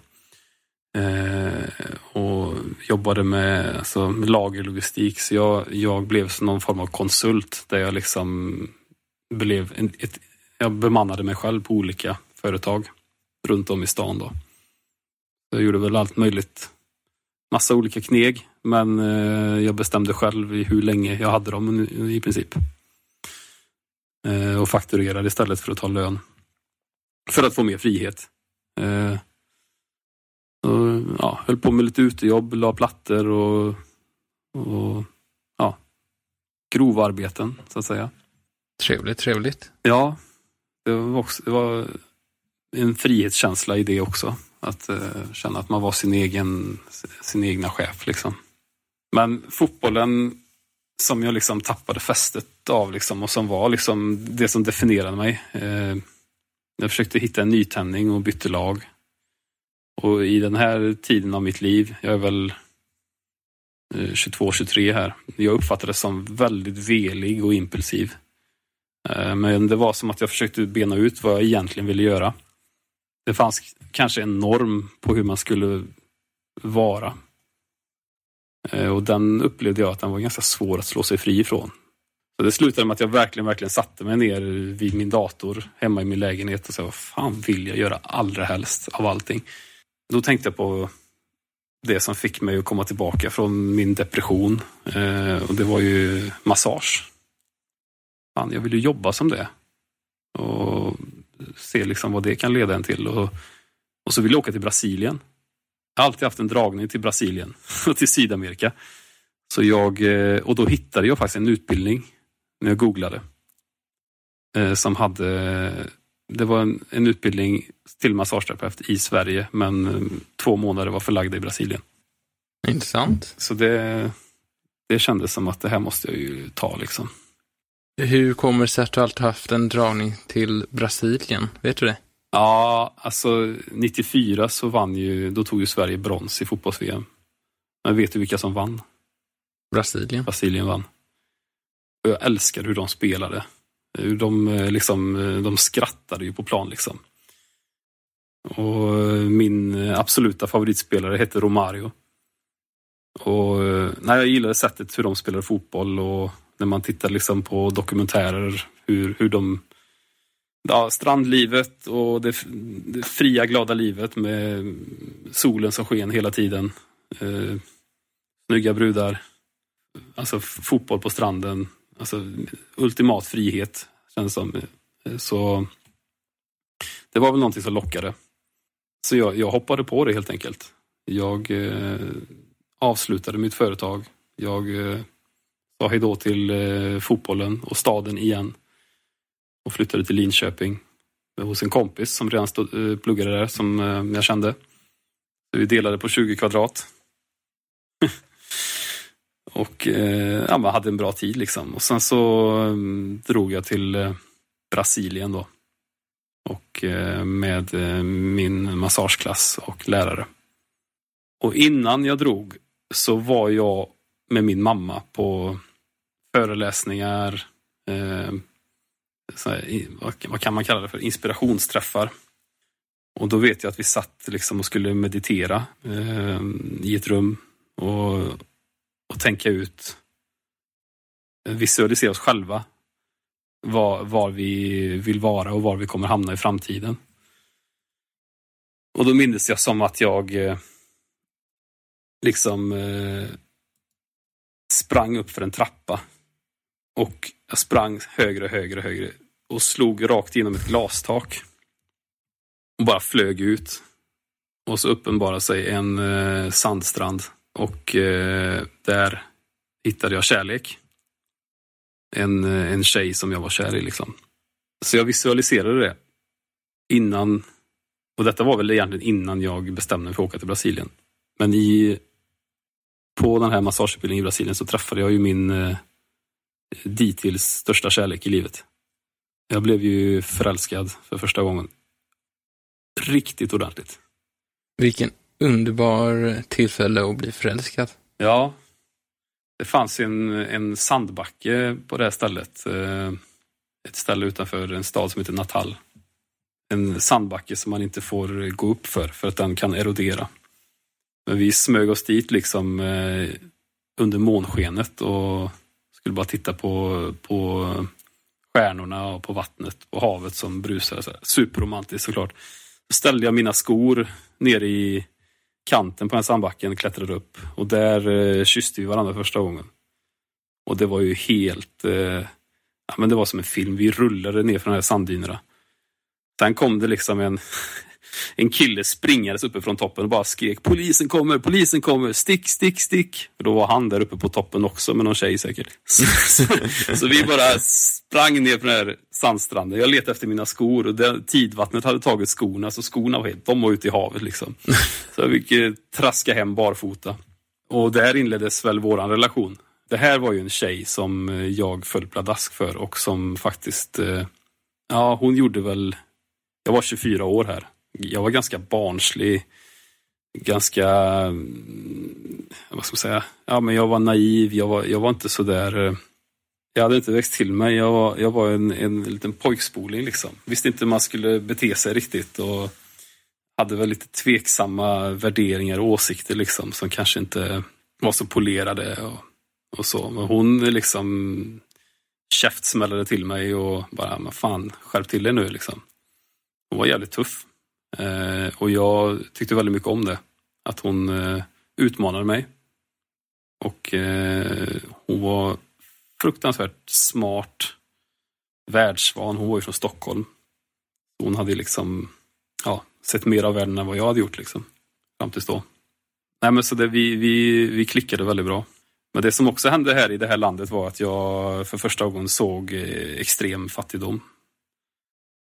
eh, och jobbade med, alltså, med lagerlogistik. Så jag, jag blev som någon form av konsult där jag liksom... Blev en, ett, jag bemannade mig själv på olika företag runt om i stan då. Jag gjorde väl allt möjligt. Massa olika kneg. Men eh, jag bestämde själv i hur länge jag hade dem i, i princip. Eh, och fakturerade istället för att ta lön. För att få mer frihet. Eh, och, ja, höll på med lite utejobb, la plattor och, och ja, grova arbeten så att säga. Trevligt, trevligt. Ja, det var, också, det var en frihetskänsla i det också. Att uh, känna att man var sin egen sin egna chef liksom. Men fotbollen som jag liksom tappade fästet av liksom, och som var liksom det som definierade mig. Uh, jag försökte hitta en nytändning och bytte lag. Och i den här tiden av mitt liv, jag är väl uh, tjugotvå tjugotre här. Jag uppfattade det som väldigt velig och impulsiv. Men det var som att jag försökte bena ut vad jag egentligen ville göra. Det fanns kanske en norm på hur man skulle vara. Och den upplevde jag att den var ganska svår att slå sig fri ifrån. Så det slutade med att jag verkligen, verkligen satte mig ner vid min dator hemma i min lägenhet och sa, vad fan vill jag göra allra helst av allting? Då tänkte jag på det som fick mig att komma tillbaka från min depression. Och det var ju massage. Fan, jag vill ju jobba som det. Och se liksom vad det kan leda en till. Och, och så vill jag åka till Brasilien. Jag har alltid haft en dragning till Brasilien. Och till Sydamerika. Så jag, och då hittade jag faktiskt en utbildning. När jag googlade. eh, som hade, det var en, en utbildning till massageterapeut i Sverige, men eh, två månader var förlagda i Brasilien. Intressant. Så det, det kändes som att det här måste jag ju ta liksom. Hur kommer det sig att du alltid haft en dragning till Brasilien? Vet du det? Ja, alltså nittiofyra så vann ju, då tog ju Sverige brons i fotbolls-V M. Men vet du vilka som vann? Brasilien. Brasilien vann. Och jag älskar hur de spelade. Hur de, liksom, de skrattade ju på plan liksom. Och min absoluta favoritspelare hette Romario. Och nej, jag gillade sättet hur de spelade fotboll, och när man tittar liksom på dokumentärer hur, hur de, ja, strandlivet och det, det fria glada livet med solen som sken hela tiden, eh, snygga brudar, alltså fotboll på stranden, alltså ultimat frihet känns som. Så det var väl någonting som lockade, så jag, jag hoppade på det helt enkelt. Jag eh, avslutade mitt företag. Jag eh, sa hej då till eh, fotbollen och staden igen och flyttade till Linköping hos en kompis som redan stod, eh, pluggade där, som eh, jag kände. Så vi delade på tjugo kvadrat. och eh, ja, man hade en bra tid liksom. Och sen så eh, drog jag till eh, Brasilien då. Och eh, med eh, min massageklass och lärare. Och innan jag drog så var jag med min mamma på föreläsningar, eh, så här, vad kan man kalla det för, inspirationsträffar. Och då vet jag att vi satt liksom och skulle meditera eh, i ett rum och, och tänka ut, visualisera oss själva, var, var vi vill vara och var vi kommer hamna i framtiden. Och då minns jag som att jag eh, liksom eh, sprang upp för en trappa, och jag sprang högre, högre, högre och slog rakt igenom ett glastak och bara flög ut. Och så uppenbarade sig en eh, sandstrand, och eh, där hittade jag kärlek. En, en tjej som jag var kär i liksom. Så jag visualiserade det innan, och detta var väl egentligen innan jag bestämde mig för att åka till Brasilien. Men i på den här massageutbildningen i Brasilien så träffade jag ju min eh, dittills största kärlek i livet. Jag blev ju förälskad för första gången. Riktigt ordentligt. Vilken underbar tillfälle att bli förälskad. Ja, det fanns en, en sandbacke på det här stället. Eh, ett ställe utanför en stad som heter Natal. En sandbacke som man inte får gå upp för, för att den kan erodera. Men vi smög oss dit liksom eh, under månskenet och skulle bara titta på, på stjärnorna och på vattnet och havet som brusade. Så här. Superromantiskt såklart. Så ställde jag mina skor ner i kanten på den sandbacken, klättrade upp, och där eh, kysste vi varandra första gången. Och det var ju helt eh, ja, men det var som en film. Vi rullade ner från de här sanddynerna. Sen kom det liksom en en kille springades uppe från toppen och bara skrek: polisen kommer, polisen kommer, stick, stick, stick. Och då var han där uppe på toppen också med någon tjej säkert. Så, så vi bara sprang ner på den här sandstranden. Jag letade efter mina skor, och det, tidvattnet hade tagit skorna, så skorna var helt, de var ute i havet liksom. Så jag fick eh, traska hem barfota. Och där inleddes väl våran relation. Det här var ju en tjej som jag föll pladask för, och som faktiskt, eh, ja, hon gjorde väl, jag var tjugofyra år här. Jag var ganska barnslig, ganska, vad ska man säga, ja, men jag var naiv, jag var, jag var inte så där, jag hade inte växt till mig, jag var, jag var en, en liten pojkspoling liksom. Visste inte hur man skulle bete sig riktigt, och hade väl lite tveksamma värderingar och åsikter liksom, som kanske inte var så polerade och, och så. Men hon liksom käftsmällade till mig och bara, men fan, skärp till dig nu liksom. Hon var jävligt tuff. Eh, och jag tyckte väldigt mycket om det. Att hon eh, utmanade mig. Och eh, hon var fruktansvärt smart, världsvan. Hon var ju från Stockholm. Hon hade liksom, ja, sett mer av världen än vad jag hade gjort liksom, fram tills då. Nej, men så det, vi, vi, vi klickade väldigt bra. Men det som också hände här i det här landet var att jag för första gången såg eh, extrem fattigdom.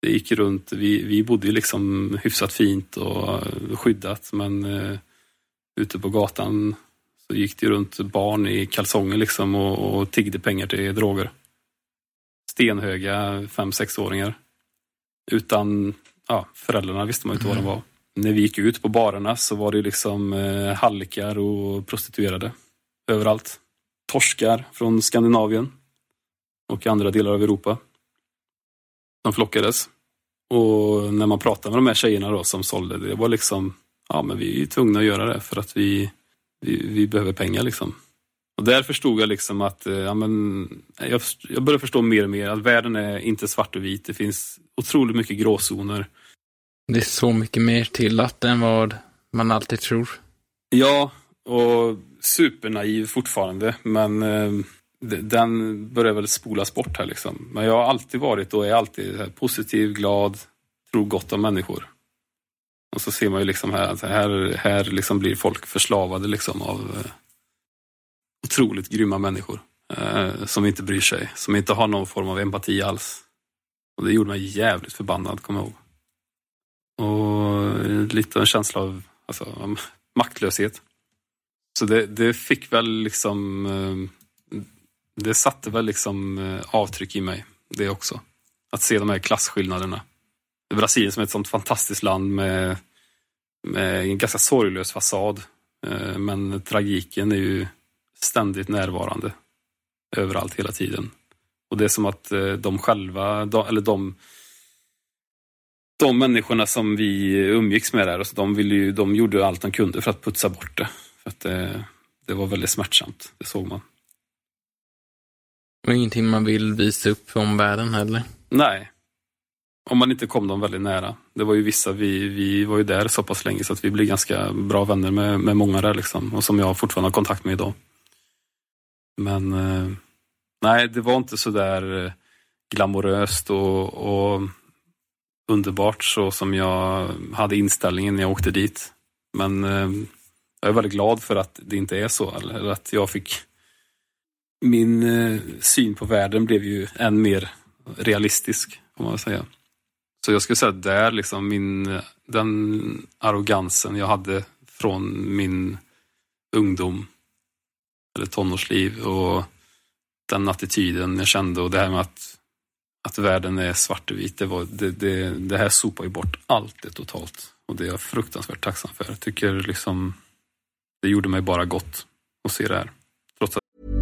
Det gick runt, vi, vi bodde ju liksom hyfsat fint och skyddat, men eh, ute på gatan så gick det runt barn i kalsonger liksom och, och tiggde pengar till droger. Stenhöga fem-sexåringar. Utan, ja, föräldrarna visste man inte mm. vad de var. När vi gick ut på barerna så var det liksom eh, hallickar och prostituerade överallt. Torskar från Skandinavien och andra delar av Europa. De flockades. Och när man pratade med de här tjejerna då som sålde, det var liksom, ja men vi är tvungna att göra det för att vi, vi, vi behöver pengar liksom. Och där förstod jag liksom att, ja men, jag, jag började förstå mer och mer att världen är inte svart och vit. Det finns otroligt mycket gråzoner. Det är så mycket mer till att än vad man alltid tror. Ja, och supernaiv fortfarande, men eh, den börjar väl spolas bort här liksom. Men jag har alltid varit och är alltid här positiv, glad, tror gott om människor. Och så ser man ju liksom här att här, här liksom blir folk förslavade liksom av eh, otroligt grymma människor eh, som inte bryr sig, som inte har någon form av empati alls. Och det gjorde mig jävligt förbannad, kommer jag ihåg. Och lite en känsla av alltså, maktlöshet. Så det, det fick väl liksom eh, det satte väl liksom eh, avtryck i mig, det också. Att se de här klasskillnaderna. Brasilien som är ett sånt fantastiskt land med, med en ganska sorglös fasad. Eh, men tragiken är ju ständigt närvarande överallt hela tiden. Och det är som att eh, de själva, de, eller de de människorna som vi umgicks med där, alltså de, ville ju, de gjorde allt de kunde för att putsa bort det. För att det, det var väldigt smärtsamt, det såg man. Och ingenting man vill visa upp för omvärlden heller? Nej. Om man inte kom dem väldigt nära. Det var ju vissa, vi, vi var ju där så pass länge så att vi blev ganska bra vänner med, med många där liksom. Och som jag fortfarande har kontakt med idag. Men eh, nej, det var inte så där glamoröst och, och underbart så som jag hade inställningen när jag åkte dit. Men eh, jag är väldigt glad för att det inte är så. Eller att jag fick... Min eh, syn på världen blev ju än mer realistisk, kan man säga. Så jag skulle säga att där liksom min, den arrogansen jag hade från min ungdom eller tonårsliv och den attityden jag kände och det här med att, att världen är svart och vit, det, var, det, det, det här sopar ju bort allt det totalt. Och det är jag fruktansvärt tacksam för. Jag tycker liksom det gjorde mig bara gott att se det här. Trots att...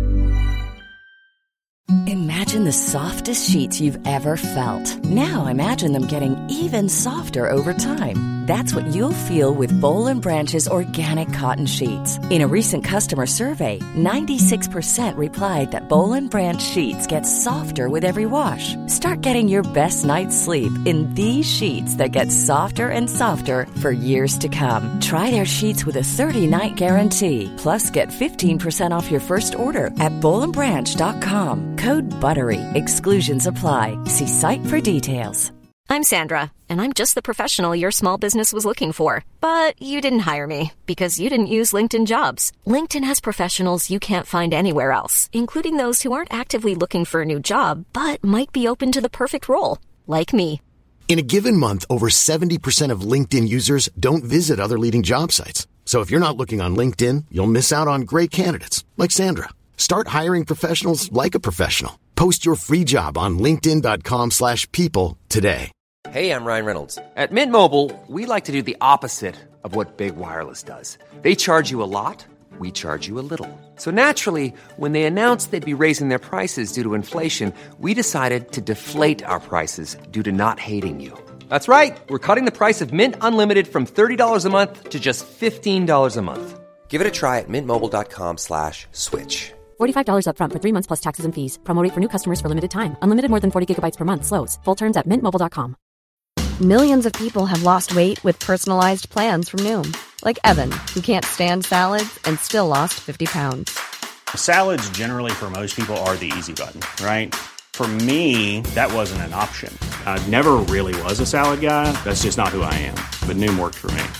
Imagine the softest sheets you've ever felt. Now imagine them getting even softer over time. That's what you'll feel with Boll and Branch's organic cotton sheets. In a recent customer survey, ninety-six percent replied that Boll and Branch sheets get softer with every wash. Start getting your best night's sleep in these sheets that get softer and softer for years to come. Try their sheets with a thirty-night guarantee. Plus, get fifteen percent off your first order at boll and branch dot com. Code BUTTERY. Exclusions apply. See site for details. I'm Sandra, and I'm just the professional your small business was looking for. But you didn't hire me because you didn't use LinkedIn Jobs. LinkedIn has professionals you can't find anywhere else, including those who aren't actively looking for a new job, but might be open to the perfect role, like me. In a given month, over seventy percent of LinkedIn users don't visit other leading job sites. So if you're not looking on LinkedIn, you'll miss out on great candidates like Sandra. Start hiring professionals like a professional. Post your free job on linkedin dot com slash people today. Hey, I'm Ryan Reynolds. At Mint Mobile, we like to do the opposite of what Big Wireless does. They charge you a lot, we charge you a little. So naturally, when they announced they'd be raising their prices due to inflation, we decided to deflate our prices due to not hating you. That's right. We're cutting the price of Mint Unlimited from thirty dollars a month to just fifteen dollars a month. Give it a try at mintmobile.com slash switch. forty-five dollars up front for three months plus taxes and fees. Promo rate for new customers for limited time. Unlimited more than forty gigabytes per month slows. Full terms at mint mobile dot com. Millions of people have lost weight with personalized plans from Noom. Like Evan, who can't stand salads and still lost fifty pounds. Salads generally for most people are the easy button, right? For me, that wasn't an option. I never really was a salad guy. That's just not who I am. But Noom worked for me.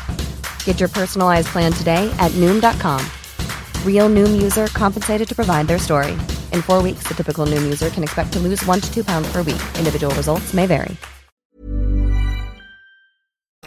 Get your personalized plan today at noom dot com. Real Noom user compensated to provide their story. In four weeks, the typical Noom user can expect to lose one to two pounds per week. Individual results may vary.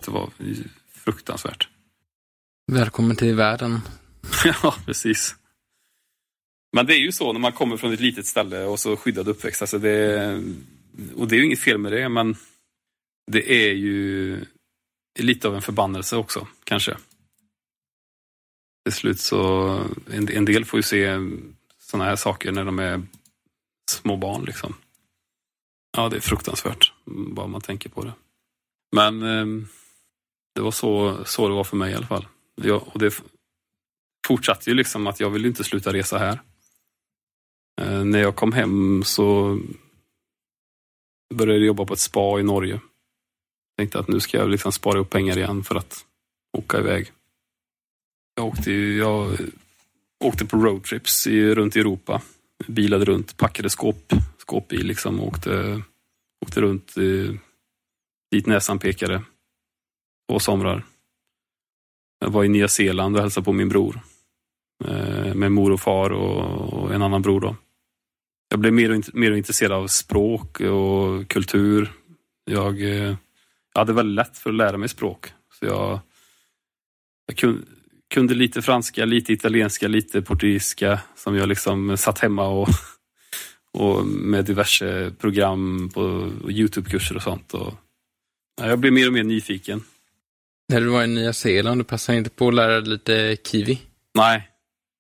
det var fruktansvärt. Välkommen till världen. Ja, precis. Men det är ju så när man kommer från ett litet ställe och så skyddad uppväxt. Alltså det, och det är ju inget fel med det, men det är ju lite av en förbannelse också, kanske. Till slut så, en, en del får ju se såna här saker när de är små barn liksom. Ja, det är fruktansvärt, bara man tänker på det. Men eh, det var så, så det var för mig i alla fall. Jag, och det fortsatte ju liksom att jag ville inte sluta resa här. Eh, när jag kom hem så började jag jobba på ett spa i Norge. Tänkte att nu ska jag liksom spara upp pengar igen för att åka iväg. Jag åkte, jag åkte på roadtrips i, runt i Europa. Bilade runt, packade skåp, skåpbil liksom och åkte, åkte runt i, dit näsan pekade. Två somrar. Jag var i Nya Zeeland och hälsade på min bror. Med mor och far och, och en annan bror då. Jag blev mer och, mer och intresserad av språk och kultur. Jag, jag hade väldigt lätt för att lära mig språk. Så jag, jag kunde, kunde lite franska, lite italienska, lite portugisiska. Som jag liksom satt hemma och, och med diverse program på YouTube-kurser och sånt. Och, ja, jag blev mer och mer nyfiken. När du var i Nya Zeeland, du passade inte på att lära dig lite kiwi? Nej.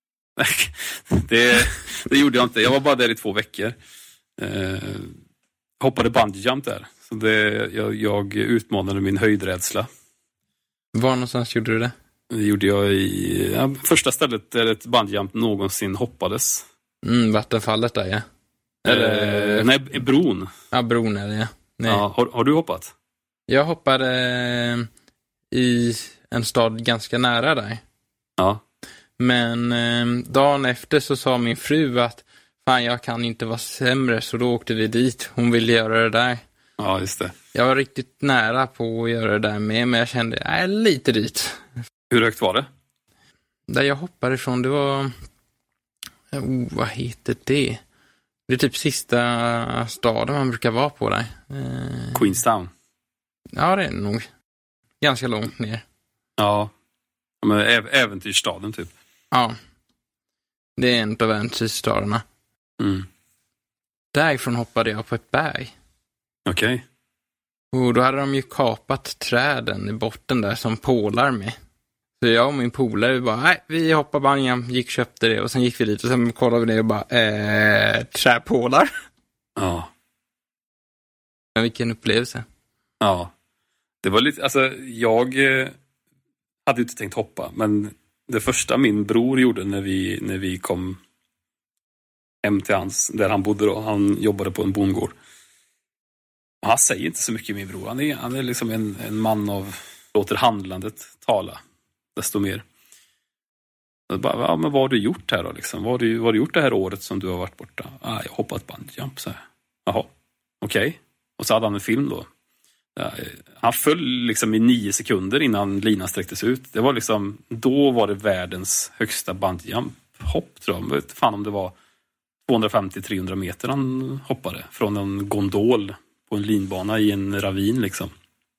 det, det gjorde jag inte. Jag var bara där i två veckor. Eh, hoppade bungee jump där. Så det, jag, jag utmanade min höjdrädsla. Var någonstans gjorde du det? Det gjorde jag i ja, första stället där ett bungee jump någonsin hoppades. Mm, vattenfallet där, ja. Eller, eh, nej, bron. Ja, bron är det, ja. Nej. Ja, har, har du hoppat? Jag hoppade eh, i en stad ganska nära där. Ja. Men eh, dagen efter så sa min fru att fan, jag kan inte vara sämre, så då åkte vi dit. Hon ville göra det där. Ja, just det. Jag var riktigt nära på att göra det där med, men jag kände, äh, lite dit. Hur högt var det? Där jag hoppade ifrån, det var... Oh, vad heter det? Det är typ sista staden man brukar vara på där. Eh... Queenstown. Ja, det är nog ganska långt ner. Ja, men äv- äventyrsstaden typ. Ja, det är en av äventyrsstaderna. Mm. Därifrån hoppade jag på ett berg. Okej. Okay. Och då hade de ju kapat träden i botten där som pålar med. Så jag och min polare bara, nej, vi hoppar banjan, gick och köpte det. Och sen gick vi dit och sen kollade vi det och bara, eh, träpålar. Ja. Men vilken upplevelse. Ja. Det var lite, alltså jag eh, hade inte tänkt hoppa. Men det första min bror gjorde när vi, när vi kom hem till hans, där han bodde då. Han jobbade på en bondgård. Han säger inte så mycket, min bror. Han är, han är liksom en, en man av, låter handlandet tala desto mer. Bara, ja, men vad har du gjort här då? Liksom? Vad, har du, vad har du gjort det här året som du har varit borta? Ah, jag har hoppat bungee jump, så här. Jaha, okej. Okay. Och så hade han en film då. Ja, han föll liksom i nio sekunder innan linan sträcktes ut. Det var liksom, då var det världens högsta bungee jump hopp, tror jag. Jag vet fan om det var tvåhundrafemtio till trehundra meter han hoppade från en gondol på en linbana i en ravin liksom.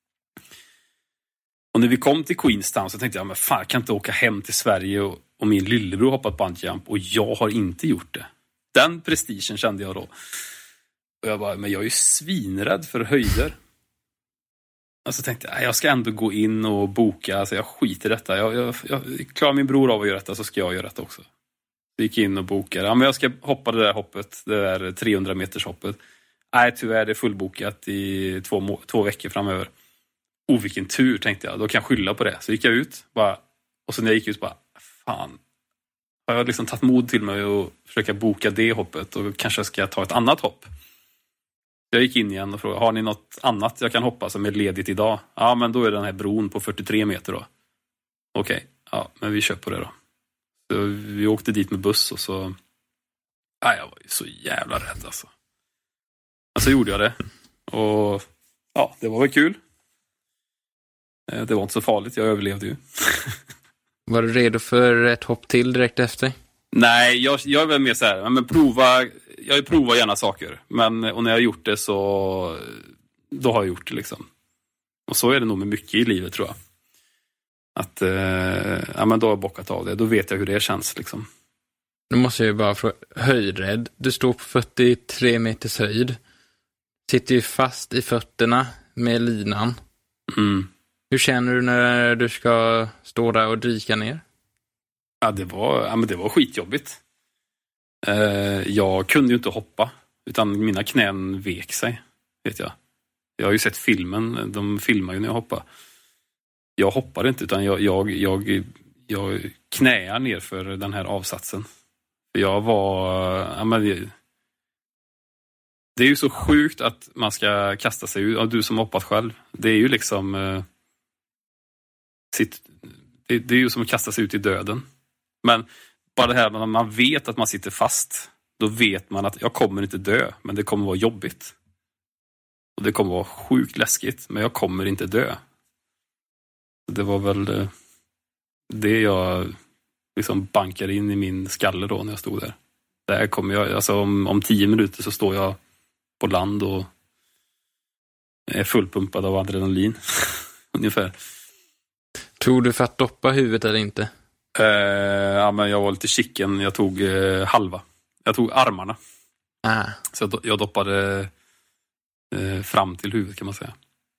Och när vi kom till Queenstown så tänkte jag, men fan, jag kan inte åka hem till Sverige och, och min lillebror hoppat bungee jump och jag har inte gjort det. Den prestigen kände jag då. Och jag bara, men jag är ju svinrädd för höjder. Och så tänkte jag, jag ska ändå gå in och boka, alltså jag skiter i detta. Jag, jag, jag klarar min bror av att göra detta, så ska jag göra detta också. Så gick in och bokade. Ja, men jag ska hoppa det där hoppet, det där trehundra meters hoppet. Nej, tyvärr, det är fullbokat i två, må- två veckor framöver. Oh, vilken tur, tänkte jag. Då kan jag skylla på det. Så gick jag ut. Bara, och så när jag gick ut bara, fan. Har jag liksom tagit mod till mig och försöka boka det hoppet. Och kanske ska jag ta ett annat hopp. Jag gick in igen och frågade, har ni något annat jag kan hoppa som är ledigt idag? Ja, men då är den här bron på fyrtiotre meter då. Okej, okay. Ja, men vi kör på det då. Så vi åkte dit med buss och så... Ja, jag var ju så jävla rädd alltså. Men så gjorde jag det. Och ja, det var väl kul. Det var inte så farligt, jag överlevde ju. Var du redo för ett hopp till direkt efter? Nej, jag, jag är väl mer så här, men prova, jag provar gärna saker. Men, och när jag har gjort det så, då har jag gjort det liksom. Och så är det nog med mycket i livet, tror jag. Att, eh, ja men då har jag bockat av det. Då vet jag hur det känns liksom. Nu måste jag ju bara fråga, höjdrädd. Du står på fyrtiotre meters höjd. Sitter ju fast i fötterna med linan. Mm. Hur känner du när du ska stå där och dyka ner? Ja, det var, ja, men det var skitjobbigt. Eh, jag kunde ju inte hoppa. Utan mina knän vek sig, vet jag. Jag har ju sett filmen. De filmar ju när jag hoppar. Jag hoppar inte, utan jag, jag, jag, jag knäar ner för den här avsatsen. Jag var... Ja, men det, det är ju så sjukt att man ska kasta sig ut. Ja, du som hoppat själv. Det är ju liksom... Eh, sitt, det, det är ju som att kasta sig ut i döden. Men bara det här när man vet att man sitter fast, då vet man att jag kommer inte dö, men det kommer vara jobbigt. Och det kommer vara sjukt läskigt, men jag kommer inte dö. Det var väl det jag liksom bankade in i min skalle då när jag stod där. Där kommer jag, alltså om, om tio minuter så står jag på land och är fullpumpad av adrenalin. Ungefär. Tror du för att doppa huvudet eller inte? Uh, ja, men jag var lite chicken. Jag tog uh, halva. Jag tog armarna. Ah. Så jag, jag doppade uh, fram till huvudet, kan man säga.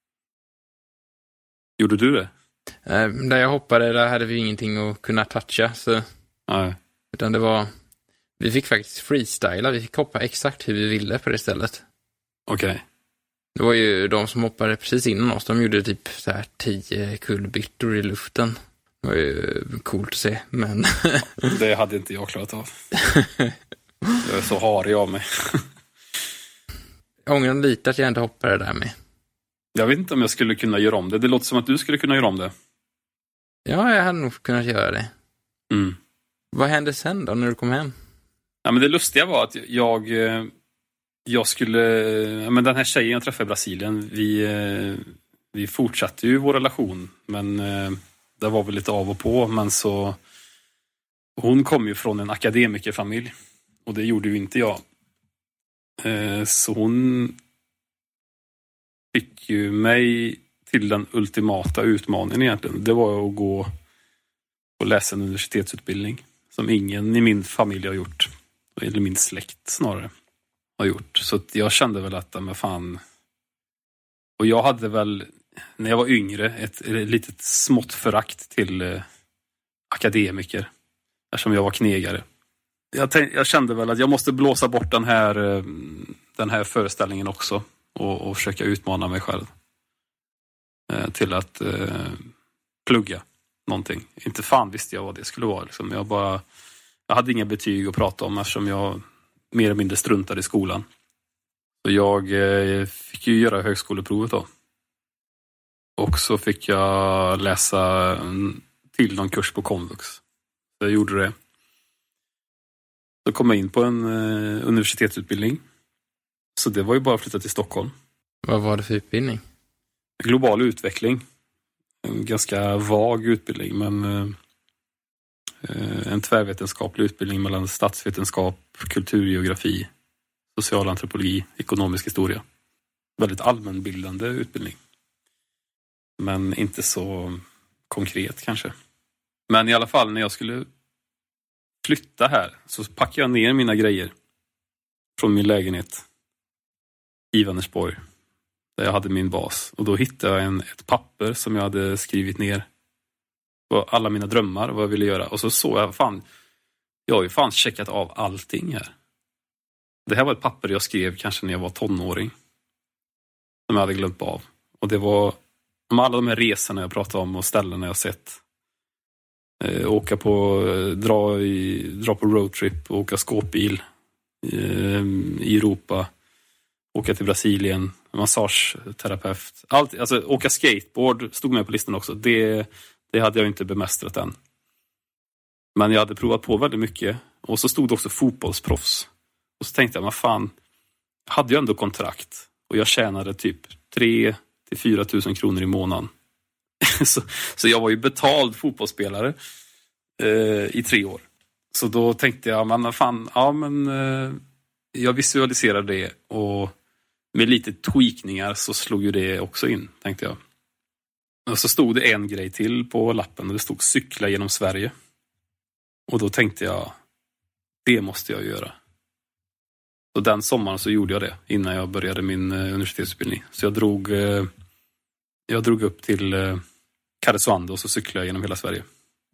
Gjorde du det? Uh, där jag hoppade, där hade vi ingenting att kunna toucha. Så. Nej. Utan det var... Vi fick faktiskt freestyla. Vi fick hoppa exakt hur vi ville på det stället. Okej. Okay. Det var ju de som hoppade precis innan oss. De gjorde typ så här tio kulbyttor i luften. Det var ju coolt att se, men... Det hade inte jag klarat av. Jag är så harig av mig. Jag ångrar lite att jag inte hoppade där med. Jag vet inte om jag skulle kunna göra om det. Det låter som att du skulle kunna göra om det. Ja, jag hade nog kunnat göra det. Mm. Vad hände sen då, när du kom hem? Ja, men det lustiga var att jag... Jag skulle... Ja, men den här tjejen jag träffade i Brasilien, vi, vi fortsatte ju vår relation, men... Det var väl lite av och på, men så... Hon kom ju från en akademikerfamilj. Och det gjorde ju inte jag. Eh, så hon fick ju mig till den ultimata utmaningen egentligen. Det var att gå och läsa en universitetsutbildning. Som ingen i min familj har gjort. Eller min släkt snarare har gjort. Så jag kände väl att, men fan... Och jag hade väl... När jag var yngre, ett, ett litet smått förakt till eh, akademiker. Eftersom jag var knegare. Jag, tänk, jag kände väl att jag måste blåsa bort den här, eh, den här föreställningen också. Och, och försöka utmana mig själv. Eh, till att eh, plugga någonting. Inte fan visste jag vad det skulle vara. Liksom. Jag, bara, jag hade inga betyg att prata om eftersom jag mer eller mindre struntade i skolan. Så jag eh, fick ju göra högskoleprovet då. Och så fick jag läsa till någon kurs på komvux. Så jag gjorde det. Så kom jag in på en eh, universitetsutbildning. Så det var ju bara att flytta till Stockholm. Vad var det för utbildning? Global utveckling. En ganska vag utbildning, men eh, en tvärvetenskaplig utbildning mellan statsvetenskap, kulturgeografi, socialantropologi, ekonomisk historia. Väldigt allmänbildande utbildning. Men inte så konkret kanske. Men i alla fall när jag skulle flytta här så packade jag ner mina grejer från min lägenhet i Vänersborg. Där jag hade min bas. Och då hittade jag en, ett papper som jag hade skrivit ner. På alla mina drömmar och vad jag ville göra. Och så såg jag, fan, jag har ju fan checkat av allting här. Det här var ett papper jag skrev kanske när jag var tonåring. Som jag hade glömt av. Och det var om alla de här resorna jag pratade om och ställena jag sett. Eh, åka på, dra, i, dra på roadtrip, åka skåpbil eh, i Europa. Åka till Brasilien, massageterapeut. Allt, alltså åka skateboard stod med på listan också. Det, det hade jag inte bemästrat än. Men jag hade provat på väldigt mycket. Och så stod det också fotbollsproffs. Och så tänkte jag, vad fan, jag hade ju ändå kontrakt. Och jag tjänade typ tre till fyra tusen kronor i månaden. så, så jag var ju betald fotbollsspelare eh, i tre år. Så då tänkte jag, men fan, ja men eh, jag visualiserade det och med lite tweakningar så slog ju det också in, tänkte jag. Och så stod det en grej till på lappen och det stod cykla genom Sverige. Och då tänkte jag, det måste jag göra. Så den sommaren så gjorde jag det innan jag började min eh, universitetsutbildning. Så jag drog, eh, jag drog upp till eh, Karesuando och så cyklade jag genom hela Sverige.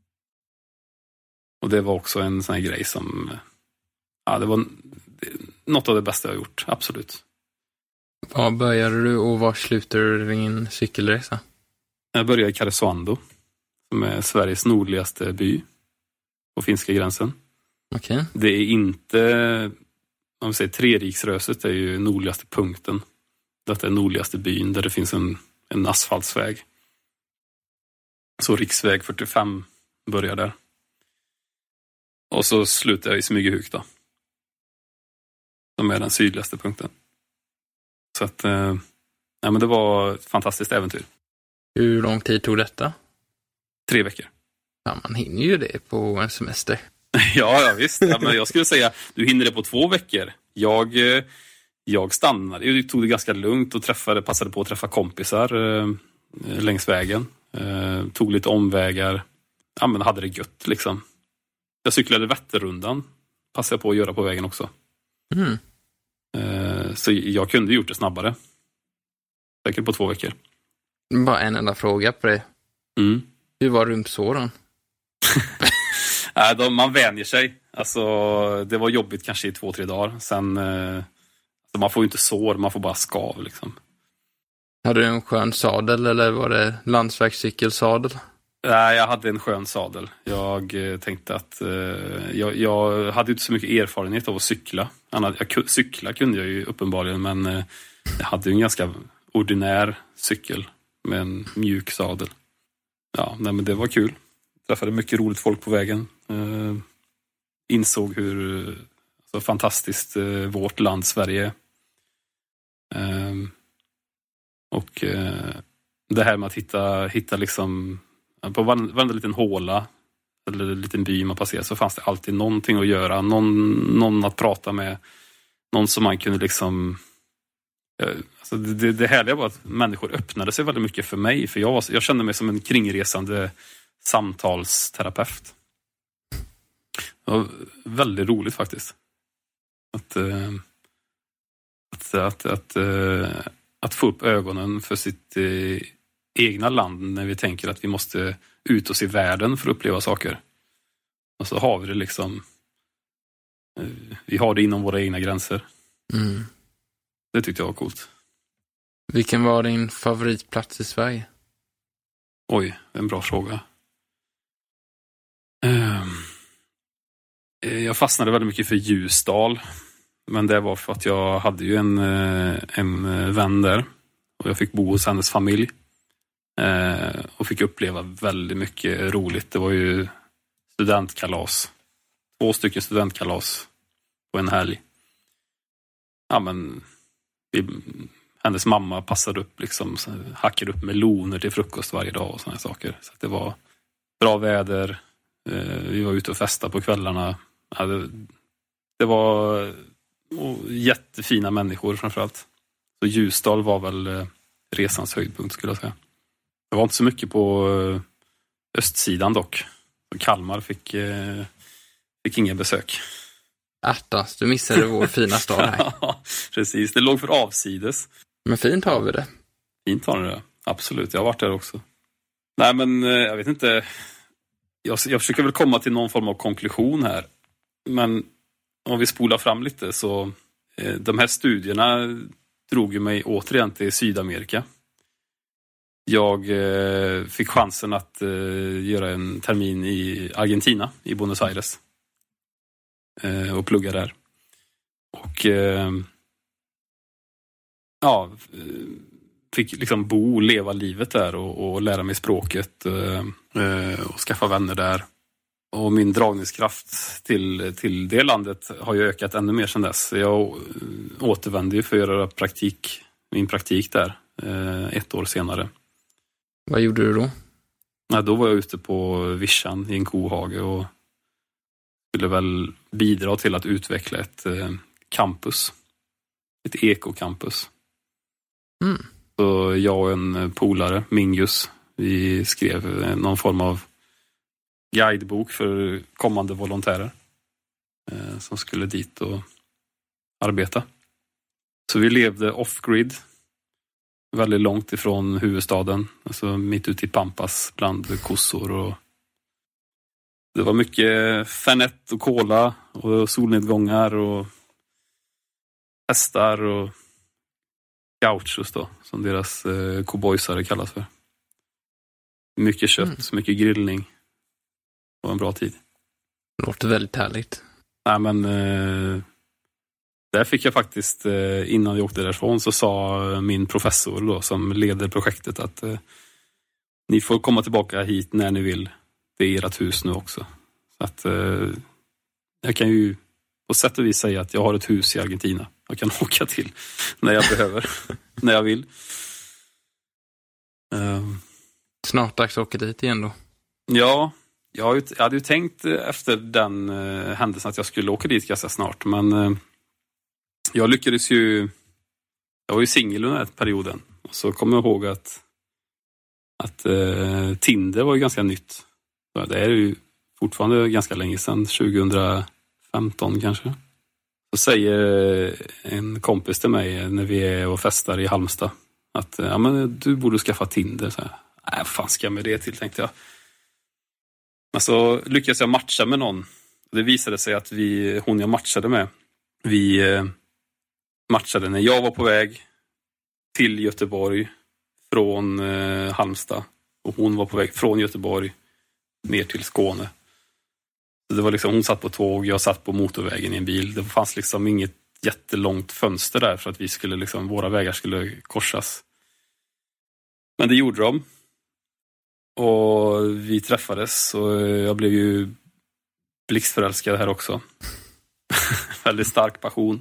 Och det var också en sån här grej som, ja, det var något av det bästa jag har gjort, absolut. Var började du och var slutade din cykelresa? Jag började i Karesuando, som är Sveriges nordligaste by på finska gränsen. Okej. Det är inte, om vi säger Treriksröset är ju nordligaste punkten. Detta är nordligaste byn där det finns en, en asfaltsväg. Så riksväg fyrtiofem börjar där. Och så slutar jag i Smygehuk då. Som är den sydligaste punkten. Så att, eh, ja, men det var ett fantastiskt äventyr. Hur lång tid tog detta? Tre veckor. Ja, man hinner ju det på en semester. ja, ja, visst. Ja, men jag skulle säga, du hinner det på två veckor. Jag, eh, jag stannade, jag tog det ganska lugnt och träffade, passade på att träffa kompisar eh, längs vägen. Eh, tog lite omvägar. Ja, men hade det gött liksom. Jag cyklade Vätternrundan. Passade jag på att göra på vägen också. Mm. Eh, så jag kunde gjort det snabbare. Säkert på två veckor. Bara en enda fråga på det. Mm. Hur var rumpsåren? Nej, då, man vänjer sig. Alltså, det var jobbigt kanske i två, tre dagar. Sen, eh, alltså, man får ju inte sår, man får bara skav liksom. Hade du en skön sadel eller var det landsvägscykelsadel? Nej, jag hade en skön sadel. Jag eh, tänkte att eh, jag, jag hade inte så mycket erfarenhet av att cykla. Annars, jag, cykla kunde jag ju uppenbarligen, men eh, jag hade ju en ganska ordinär cykel med en mjuk sadel. Ja, nej, men det var kul. Träffade mycket roligt folk på vägen. Eh, insåg hur alltså, fantastiskt eh, vårt land Sverige är. Eh, och eh, det här med att hitta, hitta liksom på varenda, varenda liten håla eller en liten by man passerar så fanns det alltid någonting att göra. Någon, någon att prata med. Någon som man kunde liksom... Alltså det, det härliga var att människor öppnade sig väldigt mycket för mig. För jag, var, jag kände mig som en kringresande samtalsterapeut. Det var väldigt roligt faktiskt. Att, att, att, att, att få upp ögonen för sitt egna land när vi tänker att vi måste ut oss i världen för att uppleva saker. Och så har vi det liksom... Vi har det inom våra egna gränser. Mm. Det tyckte jag var coolt. Vilken var din favoritplats i Sverige? Oj, en bra fråga. Um, jag fastnade väldigt mycket för Ljusdal. Men det var för att jag hade ju en, en vän där. Och jag fick bo hos hennes familj. Uh, och fick uppleva väldigt mycket roligt. Det var ju studentkalas. Två stycken studentkalas på en helg. Ja, men vi, hennes mamma passade upp liksom, hackade upp meloner till frukost varje dag och såna saker. Så att det var bra väder. Eh, vi var ute och festade på kvällarna. Ja, det, det var och jättefina människor framförallt. Så Ljusdal var väl eh, resans höjdpunkt skulle jag säga. Det var inte så mycket på eh, östsidan dock. Så Kalmar fick, eh, fick inga besök. Attas, du missade vår fina stad här. Ja, precis. Det låg för avsides. Men fint har vi det. Fint har det, absolut. Jag har varit där också. Nej, men jag vet inte. Jag, jag försöker väl komma till någon form av konklusion här. Men om vi spolar fram lite så eh, de här studierna drog ju mig återigen till Sydamerika. Jag eh, fick chansen att eh, göra en termin i Argentina, i Buenos Aires. Och plugga där. Och eh, ja, fick liksom bo och leva livet där och, och lära mig språket eh, och skaffa vänner där. Och min dragningskraft till, till det landet har ju ökat ännu mer sedan dess. Jag återvände ju för att göra praktik, min praktik där eh, ett år senare. Vad gjorde du då? Nej, då var jag ute på Vischan i en kohage och skulle väl bidra till att utveckla ett eh, campus. Ett ekocampus. Mm. Så jag och en polare, Mingus, Vi skrev någon form av guidebok för kommande volontärer eh, som skulle dit och arbeta. Så vi levde off-grid, väldigt långt ifrån huvudstaden, alltså mitt ute i Pampas bland kossor, och det var mycket Fernet och cola och solnedgångar och hästar och gauchos då, som deras eh, cowboysare kallas för. Mycket kött, mm. mycket grillning. Det var en bra tid. Det låter väldigt härligt. Nej, men eh, där fick jag faktiskt, eh, innan jag åkte därifrån, så sa min professor då, som leder projektet, att eh, ni får komma tillbaka hit när ni vill. Det är ert hus nu också. Så att eh, jag kan ju på sätt och vis säga att jag har ett hus i Argentina. Jag kan åka till när jag behöver, när jag vill. Uh, Snart dags att åka dit igen då. Ja, jag, ju, jag hade ju tänkt efter den uh, händelsen att jag skulle åka dit ganska snart. Men uh, jag lyckades ju, jag var ju singel under den här perioden. Och så kommer jag ihåg att, att uh, Tinder var ju ganska nytt. Så det är ju fortfarande ganska länge sedan, tjugohundrafemton kanske. Så säger en kompis till mig när vi är och festar i Halmstad att ja, men du borde skaffa Tinder. Så här, nej, fan ska jag med det till, tänkte jag. Men så lyckades jag matcha med någon. Det visade sig att vi, hon jag matchade med, vi matchade när jag var på väg till Göteborg från eh, Halmstad. Och hon var på väg från Göteborg ner till Skåne. Det var liksom, hon satt på tåg, jag satt på motorvägen i en bil. Det fanns liksom inget jättelångt fönster där för att vi skulle liksom, våra vägar skulle korsas. Men det gjorde de. Och vi träffades och jag blev ju blixtförälskad här också. Väldigt stark passion.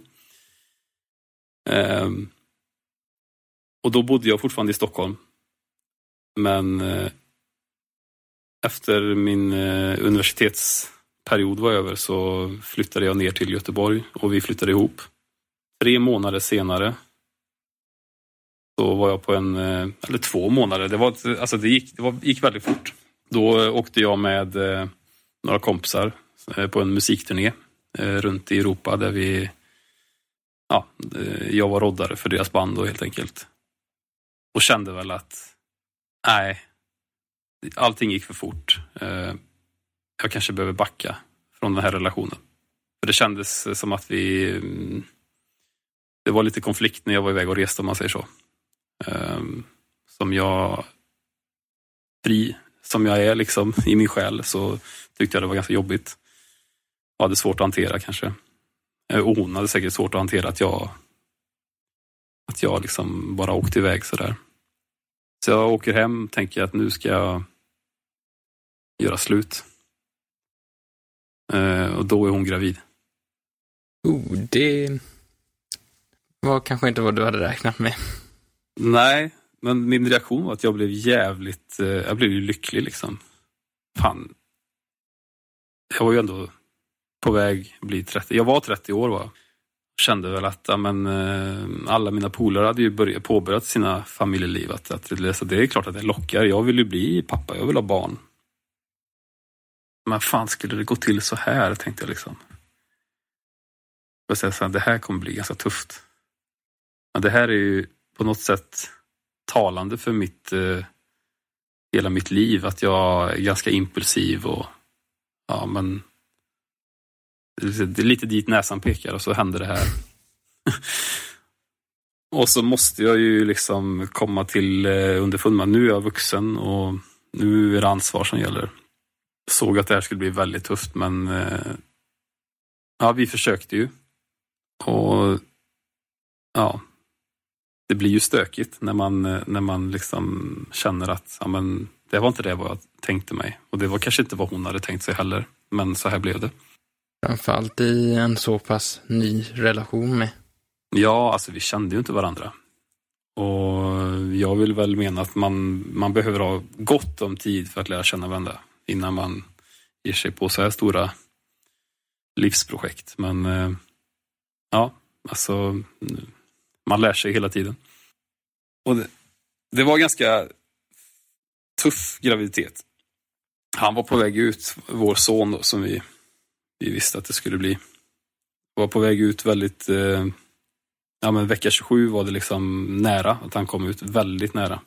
Um, och då bodde jag fortfarande i Stockholm. Men uh, efter min uh, universitets period var över så flyttade jag ner till Göteborg och vi flyttade ihop. Tre månader senare så var jag på en, eller två månader, det, var, alltså det, gick, det var, gick väldigt fort. Då åkte jag med eh, några kompisar eh, på en musikturné eh, runt i Europa där vi, ja, eh, jag var roddare för deras band då, helt enkelt. Och kände väl att nej, allting gick för fort. Eh, jag kanske behöver backa från den här relationen. För det kändes som att vi, det var lite konflikt när jag var iväg och reste, om man säger så. Um, som jag, fri som jag är liksom i min själ, så tyckte jag det var ganska jobbigt. Jag hade svårt att hantera kanske. Och hon hade säkert svårt att hantera att jag att jag liksom bara åkte iväg sådär. Så jag åker hem, tänker att nu ska jag göra slut. Uh, och då är hon gravid. Oh, det var kanske inte vad du hade räknat med. Nej, men min reaktion var att jag blev jävligt, uh, jag blev ju lycklig liksom. Fan. Jag var ju ändå på väg att bli trettio. Jag var trettio år, va. Kände väl att ja, men, uh, alla mina polare hade ju börjat, påbörjat sina familjeliv. Att, att, så det är klart att det lockar. Jag vill ju bli pappa, jag vill ha barn. Men fan, skulle det gå till så här, tänkte jag liksom. Jag säga så här, det här kommer bli ganska tufft. Men det här är ju på något sätt talande för mitt eh, hela mitt liv, att jag är ganska impulsiv och ja, men det är lite dit näsan pekar och så händer det här. Och så måste jag ju liksom komma till eh, underfund med, nu är jag vuxen och nu är det ansvar som gäller. Såg att det här skulle bli väldigt tufft, men eh, ja, vi försökte ju. Och ja, det blir ju stökigt när man, när man liksom känner att ja, men, det var inte det vad jag tänkte mig. Och det var kanske inte vad hon hade tänkt sig heller. Men så här blev det. Framförallt i en så pass ny relation med. Ja, alltså vi kände ju inte varandra. Och jag vill väl mena att man, man behöver ha gott om tid för att lära känna varandra innan man ger sig på så här stora livsprojekt. Men ja, alltså man lär sig hela tiden. Och det, det var ganska tuff graviditet. Han var på väg ut, vår son då, som vi, vi visste att det skulle bli. Var på väg ut väldigt... Eh, ja, men vecka tjugosju var det liksom nära att han kom ut, väldigt nära.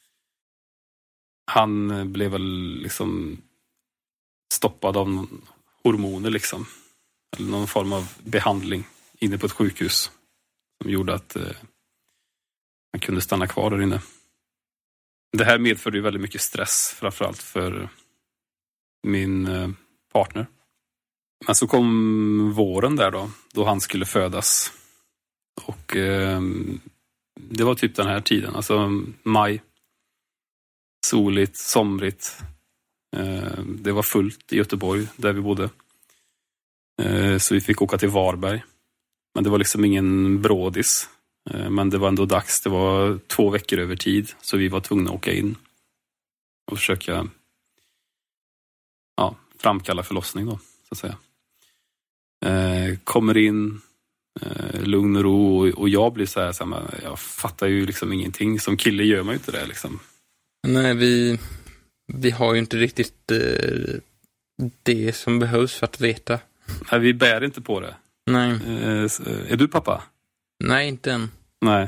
Han blev väl liksom stoppad av någon hormoner liksom. Eller någon form av behandling inne på ett sjukhus som gjorde att eh, han kunde stanna kvar där inne. Det här medförde ju väldigt mycket stress, framförallt för min eh, partner. Men så kom våren där då, då han skulle födas. Och eh, det var typ den här tiden, alltså maj. Soligt, somrigt. Eh, det var fullt i Göteborg där vi bodde. Eh, så vi fick åka till Varberg. Men det var liksom ingen brådis. Eh, men det var ändå dags. Det var två veckor över tid. Så vi var tvungna att åka in. Och försöka ja, framkalla förlossning då, så att säga. Eh, kommer in, eh, lugn och ro. Och, och jag blir så här, så här, jag fattar ju liksom ingenting. Som kille gör man ju inte det liksom. Nej, vi, vi har ju inte riktigt eh, det som behövs för att veta. Nej, vi bär inte på det. Nej. Eh, är du pappa? Nej, inte än. Nej.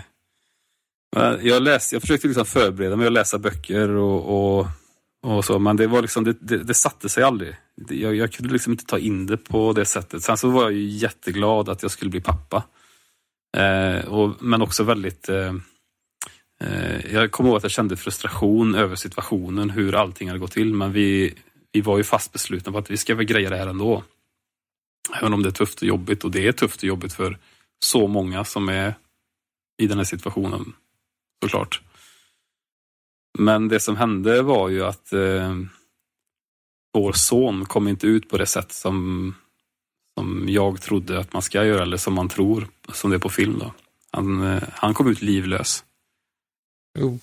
Jag läste, jag försökte liksom förbereda mig att läsa böcker och, och, och så, men det var liksom, det, det, det satte sig aldrig. Jag, jag kunde liksom inte ta in det på det sättet. Sen så var jag ju jätteglad att jag skulle bli pappa. Eh, och, men också väldigt... Eh, Jag kommer ihåg att jag kände frustration över situationen, hur allting hade gått till. Men vi, vi var ju fast beslutna på att vi ska väl greja det här ändå. Även om det är tufft och jobbigt. Och det är tufft och jobbigt för så många som är i den här situationen. Såklart. Men det som hände var ju att eh, vår son kom inte ut på det sätt som, som jag trodde att man ska göra. Eller som man tror, som det är på film då. Han, eh, han kom ut livlös. Oh.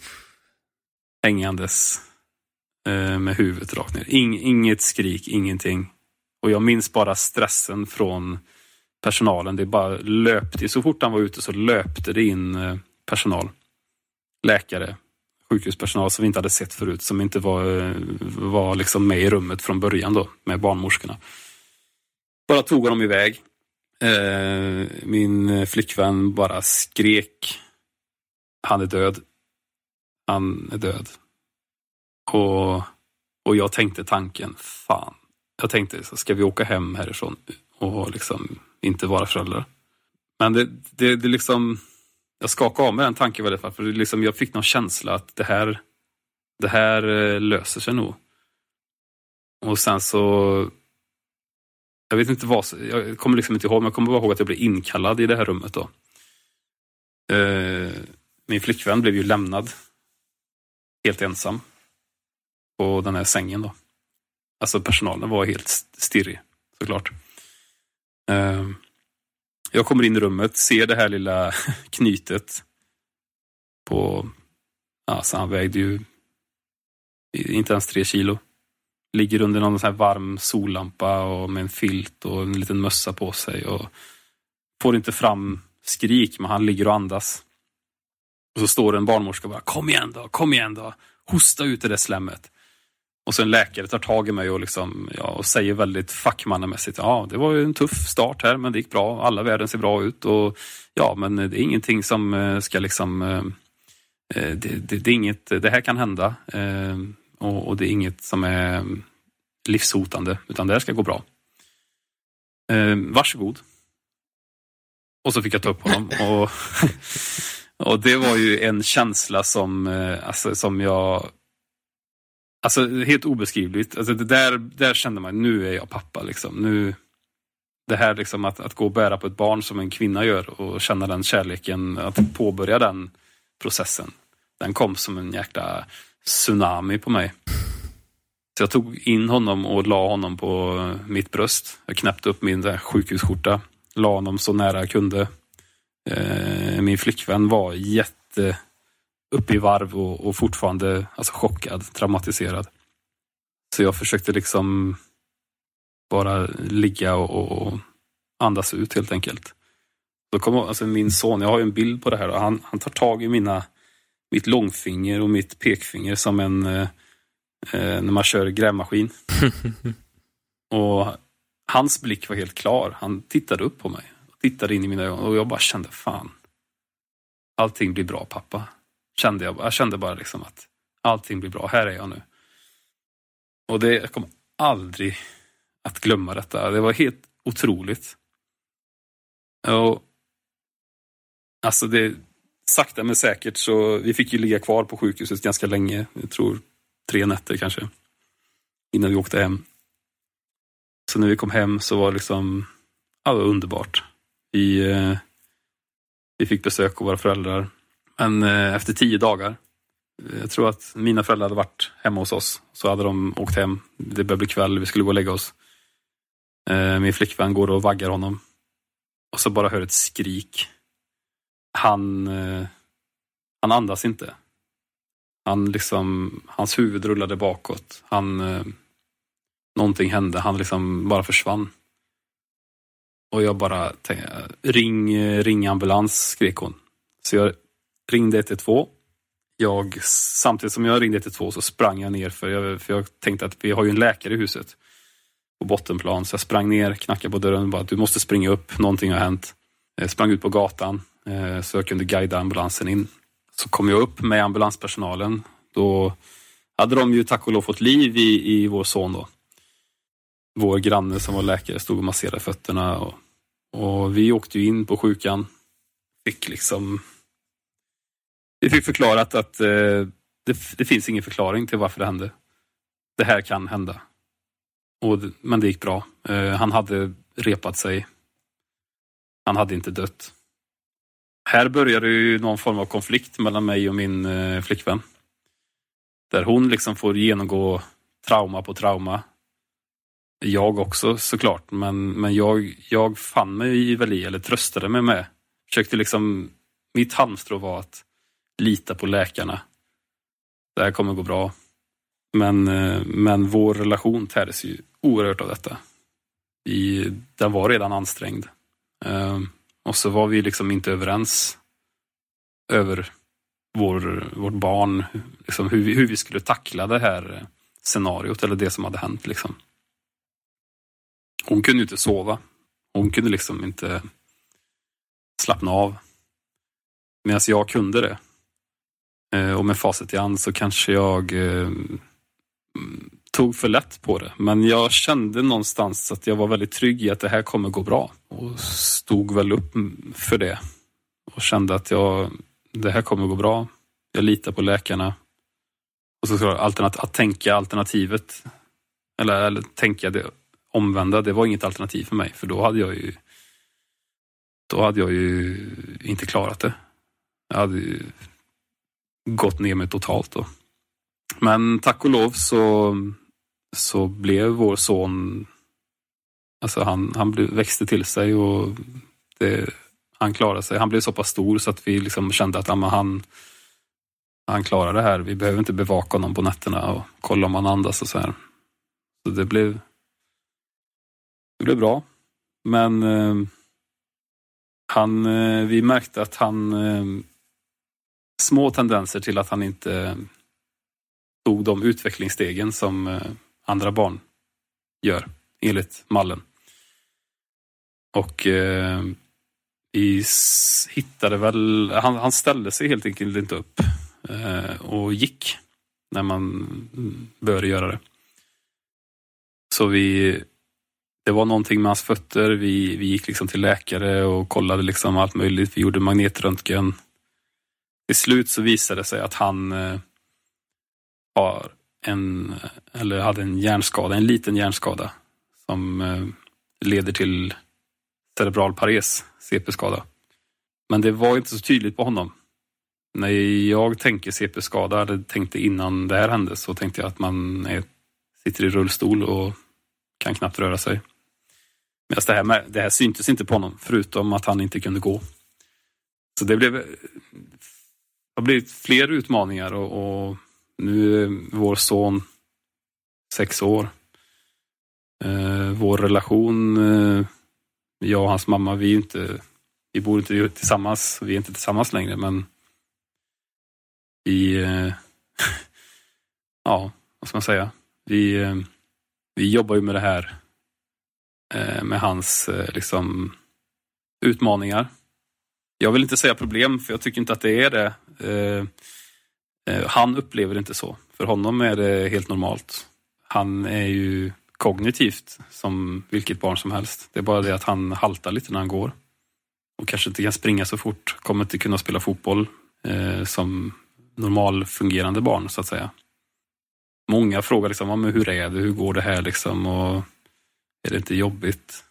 Hängandes eh, med huvudet rakt ner. In, inget skrik, ingenting. Och jag minns bara stressen från personalen. Det bara löpte. Så fort han var ute så löpte det in eh, personal. Läkare, sjukhuspersonal som vi inte hade sett förut. Som inte var, eh, var liksom med i rummet från början då. Med barnmorskorna. Bara tog honom iväg. Eh, min flickvän bara skrek. Han är död. Han är död. Och, och jag tänkte tanken, fan. Jag tänkte, så ska vi åka hem härifrån och liksom inte vara föräldrar. Men det, det, det liksom, jag skakade av med den tanken väldigt för det liksom, jag fick någon känsla att det här, det här löser sig nog. Och sen så, jag vet inte vad, jag kommer liksom inte ihåg, men jag kommer bara ihåg att jag blev inkallad i det här rummet då. Eh, min flickvän blev ju lämnad helt ensam på den här sängen då. Alltså personalen var helt stirrig, såklart. Uh, jag kommer in i rummet, ser det här lilla knytet på, alltså han vägde ju inte ens tre kilo. Ligger under någon sån här varm sollampa och med en filt och en liten mössa på sig och får inte fram skrik, men han ligger och andas. Och så står en barnmorska och bara, kom igen då, kom igen då. Hosta ut det där slemmet. Och så en läkare tar tag i mig och, liksom, ja, och säger väldigt fackmannamässigt, ja, det var ju en tuff start här, men det gick bra. Alla världen ser bra ut. Och ja, men det är ingenting som ska liksom, eh, det, det, det är inget, det här kan hända. Eh, och, och det är inget som är livshotande, utan det här ska gå bra. Eh, varsågod. Och så fick jag ta upp honom och... Och det var ju en känsla som, alltså, som jag... Alltså helt obeskrivligt. Alltså, det där, där kände man, nu är jag pappa. Liksom. Nu, det här liksom att, att gå och bära på ett barn som en kvinna gör och känna den kärleken, att påbörja den processen. Den kom som en jäkla tsunami på mig. Så jag tog in honom och la honom på mitt bröst. Jag knäppte upp min där sjukhusskjorta. La honom så nära jag kunde. Min flickvän var jätte uppe i varv och, och fortfarande alltså chockad, traumatiserad. Så jag försökte liksom bara ligga och, och andas ut helt enkelt. Då kom alltså min son, jag har ju en bild på det här och han, han tar tag i mina, mitt långfinger och mitt pekfinger som en eh, när man kör grävmaskin. Och hans blick var helt klar. Han tittade upp på mig. Tittade in i mina ögon. Och jag bara kände, fan. Allting blir bra, pappa. Kände jag, jag kände bara liksom att allting blir bra. Här är jag nu. Och det, jag kommer aldrig att glömma detta. Det var helt otroligt. Och alltså det, sakta men säkert så, vi fick ju ligga kvar på sjukhuset ganska länge. Jag tror tre nätter kanske. Innan vi åkte hem. Så när vi kom hem så var det liksom, ja, det var underbart. Vi, eh, vi fick besök av våra föräldrar. Men eh, efter tio dagar, jag tror att mina föräldrar hade varit hemma hos oss. Så hade de åkt hem. Det började bli kväll, vi skulle gå och lägga oss. Eh, min flickvän går och vaggar honom. Och så bara hör ett skrik. Han, eh, han andas inte. Han liksom, hans huvud rullade bakåt. Han, eh, någonting hände. Han liksom bara försvann. Och jag bara tänkte, ring, ring ambulans, skrek hon. Så jag ringde ett ett två. Jag, samtidigt som jag ringde ett ett två så sprang jag ner. För jag, för jag tänkte att vi har ju en läkare i huset. På bottenplan. Så jag sprang ner, knackade på dörren och bara, du måste springa upp. Någonting har hänt. Jag sprang ut på gatan. Så jag kunde guida ambulansen in. Så kom jag upp med ambulanspersonalen. Då hade de ju tack och lov fått liv i, i vår son då. Vår granne som var läkare stod och masserade fötterna. Och, och vi åkte ju in på sjukan. Fick liksom... Vi fick förklarat att eh, det, det finns ingen förklaring till varför det hände. Det här kan hända. Och, men det gick bra. Eh, han hade repat sig. Han hade inte dött. Här började ju någon form av konflikt mellan mig och min eh, flickvän. Där hon liksom får genomgå trauma på trauma. Jag också såklart. Men, men jag, jag fann mig väl i, eller tröstade mig med. Försökte liksom, mitt halmstrå var att lita på läkarna. Det här kommer gå bra. Men, eh, men vår relation tärdes ju oerhört av detta. Vi, den var redan ansträngd. Eh, och så var vi liksom inte överens över vår, vårt barn. Liksom hur, vi, hur vi skulle tackla det här scenariot eller det som hade hänt. Liksom. Hon kunde inte sova. Hon kunde liksom inte slappna av. Medan jag kunde det. Eh, och med facit i hand så kanske jag eh, tog för lätt på det. Men jag kände någonstans att jag var väldigt trygg i att det här kommer gå bra. Och stod väl upp för det. Och kände att jag, det här kommer gå bra. Jag litar på läkarna. Och så ska alternat- att tänka alternativet. Eller, eller tänka det omvända. Det var inget alternativ för mig. För då hade jag ju då hade jag ju inte klarat det. Jag hade ju gått ner mig totalt då. Men tack och lov så, så blev vår son, alltså han, han blev, växte till sig och det, han klarade sig. Han blev så pass stor så att vi liksom kände att ja, han, han klarar det här. Vi behöver inte bevaka honom på nätterna och kolla om han andas och så här. Så det blev, det blev bra. Men eh, han, eh, vi märkte att han eh, små tendenser till att han inte tog de utvecklingsstegen som eh, andra barn gör enligt mallen. Och eh, vi hittade väl, han, han ställde sig helt enkelt inte upp eh, och gick när man började göra det. Så vi, det var någonting med hans fötter, vi, vi gick liksom till läkare och kollade liksom allt möjligt, vi gjorde magnetröntgen. Till slut så visade det sig att han eh, har en, eller hade en hjärnskada, en liten hjärnskada som eh, leder till cerebral pares, C P-skada. Men det var inte så tydligt på honom. När jag tänker C P-skada, eller tänkte innan det här hände, så tänkte jag att man är, sitter i rullstol och kan knappt röra sig. Men det här, med, det här syntes inte på honom, förutom att han inte kunde gå. Så det blev, det har blivit fler utmaningar och, och nu är vår son sex år. Eh, vår relation, eh, jag och hans mamma, vi är inte, vi bor inte tillsammans, vi är inte tillsammans längre, men vi, eh, ja, vad ska man säga? Vi, eh, vi jobbar ju med det här eh, med hans eh, liksom utmaningar. Jag vill inte säga problem, för jag tycker inte att det är det. Eh, eh, han upplever det inte så. För honom är det helt normalt. Han är ju kognitivt som vilket barn som helst. Det är bara det att han haltar lite när han går. Och kanske inte kan springa så fort. Kommer inte kunna spela fotboll eh, som normal fungerande barn, så att säga. Många frågar liksom, men hur är det? Hur går det här liksom? Och är det inte jobbigt?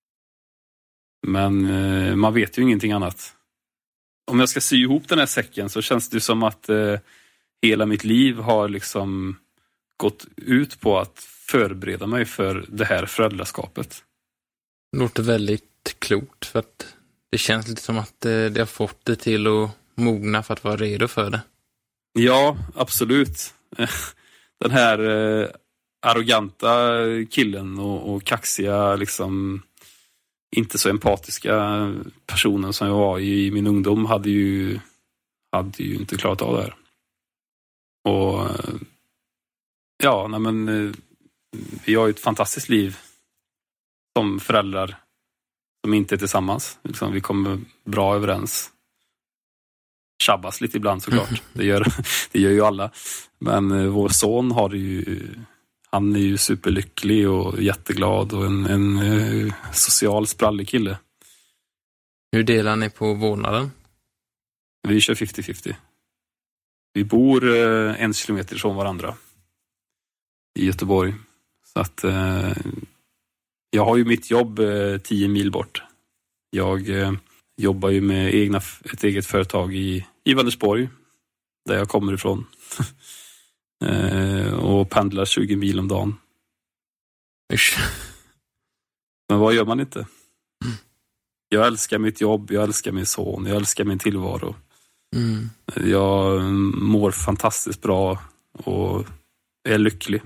Men eh, man vet ju ingenting annat. Om jag ska sy ihop den här säcken så känns det som att eh, hela mitt liv har liksom gått ut på att förbereda mig för det här föräldraskapet. Det låter väldigt klokt, för att det känns lite som att eh, det har fått det till att mogna för att vara redo för det. Ja, absolut. Den här eh, arroganta killen och, och kaxiga liksom inte så empatiska personen som jag var i min ungdom hade ju, hade ju inte klarat av det här. Och ja, nej men vi har ju ett fantastiskt liv som föräldrar som inte är tillsammans. Liksom, vi kommer bra överens. Tjabbas lite ibland såklart. Mm. Det gör, det gör ju alla. Men vår son har det ju, han är ju superlycklig och jätteglad och en, en uh, social sprallig kille. Hur delar ni på vårdnaden? Vi kör femtio femtio. Vi bor uh, en kilometer från varandra i Göteborg. Så att uh, jag har ju mitt jobb uh, tio mil bort. Jag uh, jobbar ju med egna, ett eget företag i, i Vänersborg, där jag kommer ifrån. uh, och pendlar tjugo mil om dagen. Usch. Men vad gör man inte? Mm. Jag älskar mitt jobb, jag älskar min son, jag älskar min tillvaro. Mm. Jag mår fantastiskt bra och är lycklig.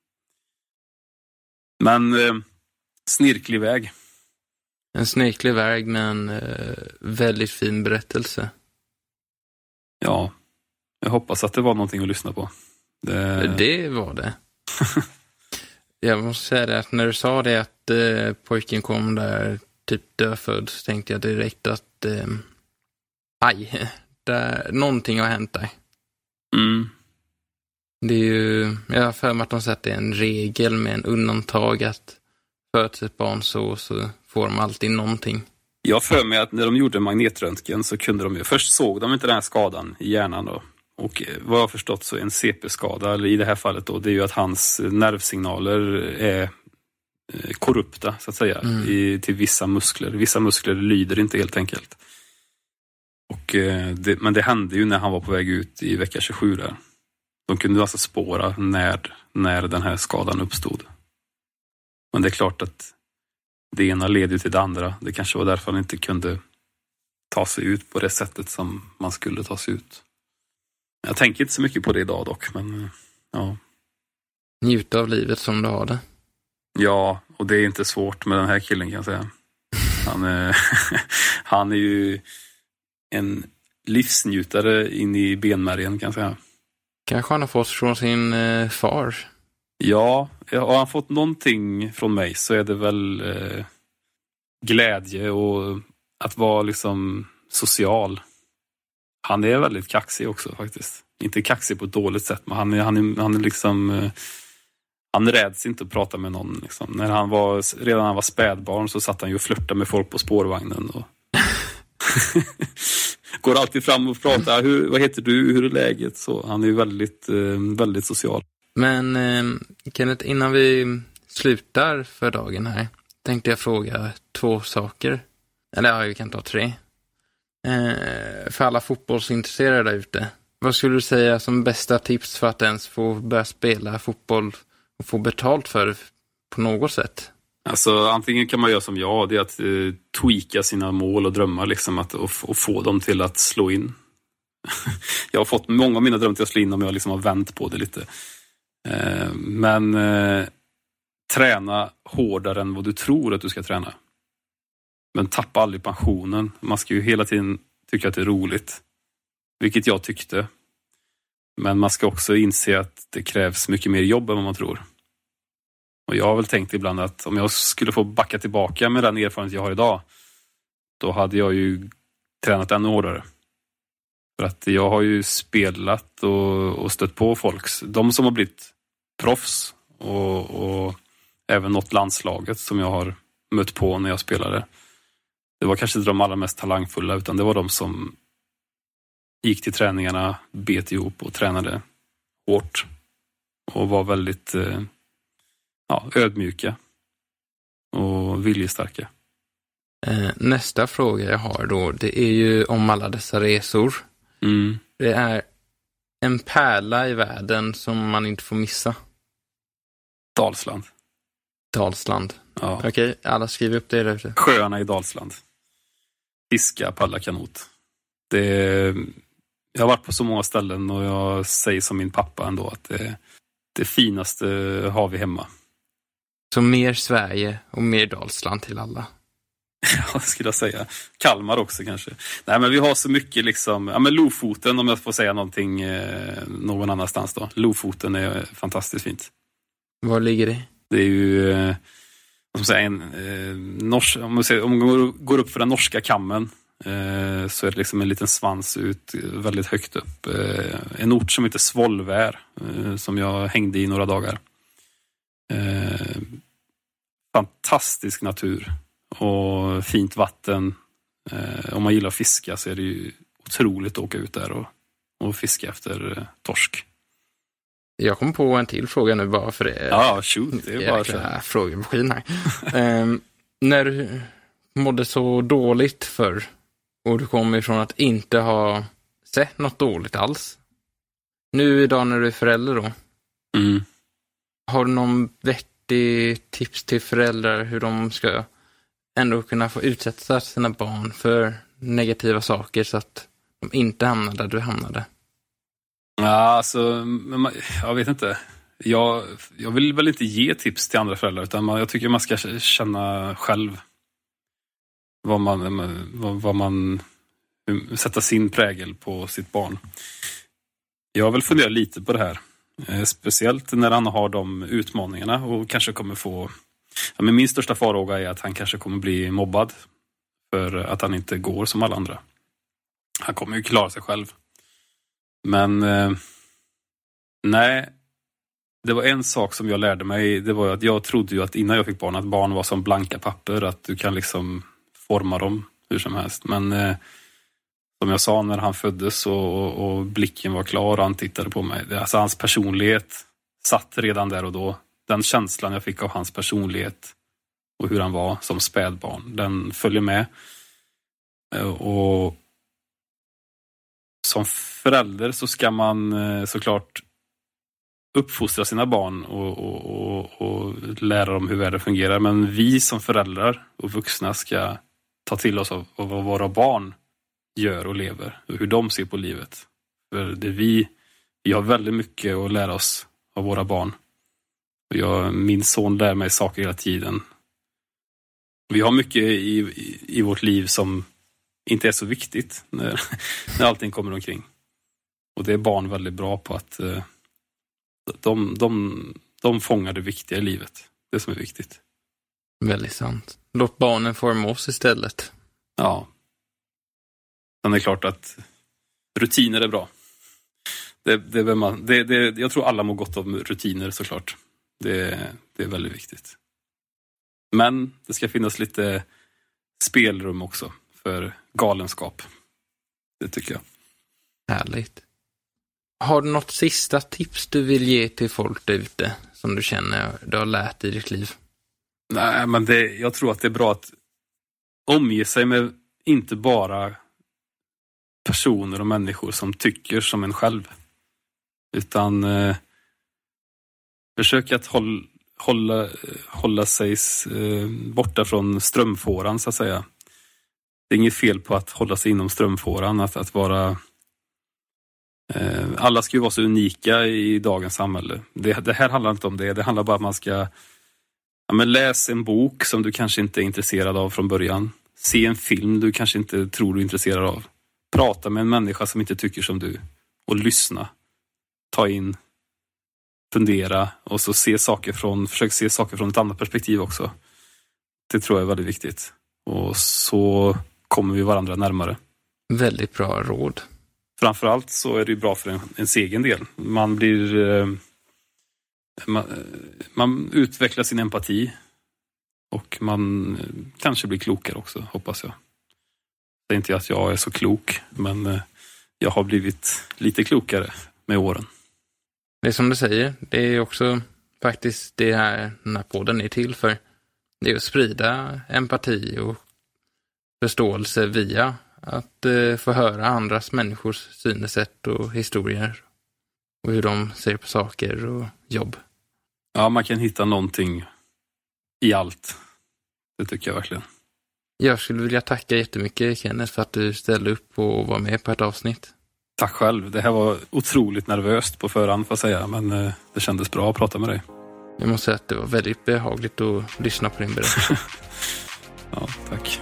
Men eh, snirklig väg. En snirklig väg med en eh, väldigt fin berättelse. Ja, jag hoppas att det var någonting att lyssna på. Det, det var det. Jag måste säga det, att när du sa det att eh, pojken kom där typ dödfödd, så tänkte jag direkt att eh, aj, där, någonting har hänt där. Mm. Det är ju, jag har för mig att de sätter en regel med en undantag att föds ett barn så, så får de alltid någonting. Jag har för mig att när de gjorde magnetröntgen så kunde de ju, först såg de inte den här skadan i hjärnan då. Och vad jag har förstått så är en C P-skada, eller i det här fallet då, det är ju att hans nervsignaler är korrupta så att säga, mm. i, till vissa muskler. Vissa muskler lyder inte helt enkelt. Och, det, men det hände ju när han var på väg ut i vecka tjugosju där. De kunde alltså spåra när, när den här skadan uppstod. Men det är klart att det ena leder till det andra. Det kanske var därför han inte kunde ta sig ut på det sättet som man skulle ta sig ut. Jag tänker inte så mycket på det idag dock, men ja. Njuta av livet som du har det. Ja, och det är inte svårt med den här killen kan jag säga. Han är, han är ju en livsnjutare in i benmärgen kan jag säga. Kanske han har fått från sin eh, far. Ja, har han fått någonting från mig så är det väl eh, glädje och att vara liksom social. Han är väldigt kaxig också faktiskt. Inte kaxig på ett dåligt sätt, men han är, han är, han är liksom eh, han räds inte att prata med någon liksom. När han var, redan när han var spädbarn så satt han ju och flörtade med folk på spårvagnen och går alltid fram och pratar, hur, vad heter du, hur är läget? Så han är ju väldigt, eh, väldigt social. Men eh, Kenneth, innan vi slutar för dagen här tänkte jag fråga två saker. Eller ja, vi kan ta tre. Eh, för alla fotbollsintresserade där ute. Vad skulle du säga som bästa tips för att ens få börja spela fotboll och få betalt för det på något sätt? Alltså antingen kan man göra som jag, det är att eh, tweaka sina mål och drömmar liksom, att, och, och få dem till att slå in. Jag har fått många av mina drömmar till att slå in om jag liksom har vänt på det lite. Eh, men eh, träna hårdare än vad du tror att du ska träna. Men tappa aldrig passionen. Man ska ju hela tiden tycka att det är roligt. Vilket jag tyckte. Men man ska också inse att det krävs mycket mer jobb än vad man tror. Och jag har väl tänkt ibland att om jag skulle få backa tillbaka med den erfarenhet jag har idag, då hade jag ju tränat ännu hårdare. För att jag har ju spelat och, och stött på folk. De som har blivit proffs och, och även något landslaget som jag har mött på när jag spelade. Det var kanske inte de allra mest talangfulla, utan det var de som gick till träningarna, bet ihop och tränade hårt. Och var väldigt eh, ja, ödmjuka och viljestarka. Eh, nästa fråga jag har då, det är ju om alla dessa resor. Mm. Det är en pärla i världen som man inte får missa. Dalsland. Dalsland. Ja. Okej, okay, alla skriver upp det där ute. Sjöarna i Dalsland. Fiska, paddla kanot. Det, jag har varit på så många ställen och jag säger som min pappa ändå att det, det finaste har vi hemma. Så mer Sverige och mer Dalsland till alla. Ja, skulle jag säga. Kalmar också kanske. Nej, men vi har så mycket liksom, ja men Lofoten, om jag får säga någonting eh, någon annanstans då. Lofoten är fantastiskt fint. Var ligger det? Det är ju eh, som säga, en, eh, nors, om man, säger, om man går, går upp för den norska kammen eh, så är det liksom en liten svans ut väldigt högt upp. Eh, en ort som heter Svolvær eh, som jag hängde i några dagar. Eh, fantastisk natur och fint vatten. Eh, om man gillar att fiska så är det ju otroligt att åka ut där och, och fiska efter eh, torsk. Jag kom på en till fråga nu bara för det. Ja, shoot. Det är bara så här. Frågemaskin här. um, när du mådde så dåligt för och du kom ifrån att inte ha sett något dåligt alls. Nu idag när du är förälder då. Mm. Har du någon vettig tips till föräldrar hur de ska ändå kunna få utsätta sina barn för negativa saker så att de inte hamnar där du hamnade? Ja, alltså, jag vet inte. Jag, jag vill väl inte ge tips till andra föräldrar, utan man, jag tycker man ska känna själv vad man, vad, vad man sätta sin prägel på sitt barn. Jag har väl funderat lite på det här. Eh, speciellt när han har de utmaningarna och kanske kommer få... Ja, men min största farhåga är att han kanske kommer bli mobbad för att han inte går som alla andra. Han kommer ju klara sig själv. Men eh, nej, det var en sak som jag lärde mig. Det var att jag trodde ju att innan jag fick barn att barn var som blanka papper. Att du kan liksom forma dem hur som helst. Men eh, som jag sa, när han föddes och, och, och blicken var klar och han tittade på mig. Det, alltså hans personlighet satt redan där och då. Den känslan jag fick av hans personlighet och hur han var som spädbarn, den följer med. Och som förälder så ska man såklart uppfostra sina barn och, och, och, och lära dem hur världen fungerar. Men vi som föräldrar och vuxna ska ta till oss av vad våra barn gör och lever och hur de ser på livet. För det vi, vi har väldigt mycket att lära oss av våra barn. Och jag, min son lär mig saker hela tiden. Vi har mycket i, i, i vårt liv som inte är så viktigt när, när allting kommer omkring. Och det är barn väldigt bra på att eh, de, de, de fångar det viktiga i livet. Det som är viktigt. Väldigt sant. Låt barnen forma oss istället. Ja. Sen är det klart att rutiner är bra. Det, det, man, det, det, jag tror alla mår gott av rutiner såklart. Det, det är väldigt viktigt. Men det ska finnas lite spelrum också för galenskap. Det tycker jag. Härligt. Har du något sista tips du vill ge till folk där ute som du känner du har lärt i ditt liv? Nej, men det, jag tror att det är bra att omge sig med inte bara personer och människor som tycker som en själv. Utan eh, försök att hålla, hålla, hålla sig eh, borta från strömfåran så att säga. Det är inget fel på att hålla sig inom strömfåran. Att, att vara... Eh, alla ska ju vara så unika i dagens samhälle. Det, det här handlar inte om det. Det handlar bara om att man ska ja, men läs en bok som du kanske inte är intresserad av från början. Se en film du kanske inte tror du är intresserad av. Prata med en människa som inte tycker som du. Och lyssna. ta in, fundera och så se saker från, försök se saker från ett annat perspektiv också. Det tror jag är väldigt viktigt. Och så kommer vi varandra närmare. Väldigt bra råd. Framförallt så är det ju bra för en, ens egen del. Man blir eh, man, man utvecklar sin empati och man kanske blir klokare också, hoppas jag. Det är inte att jag är så klok, men eh, jag har blivit lite klokare med åren. Det är som du säger, det är också faktiskt det här den här podden är till för. Det är att sprida empati och förståelse via att eh, få höra andras människors synsätt och historier och hur de ser på saker och jobb. Ja, man kan hitta någonting i allt. Det tycker jag verkligen. Jag skulle vilja tacka jättemycket, Kenneth, för att du ställde upp och var med på ett avsnitt. Tack själv. Det här var otroligt nervöst på förhand, får jag säga, men eh, det kändes bra att prata med dig. Jag måste säga att det var väldigt behagligt att lyssna på din berättelse. Ja, tack.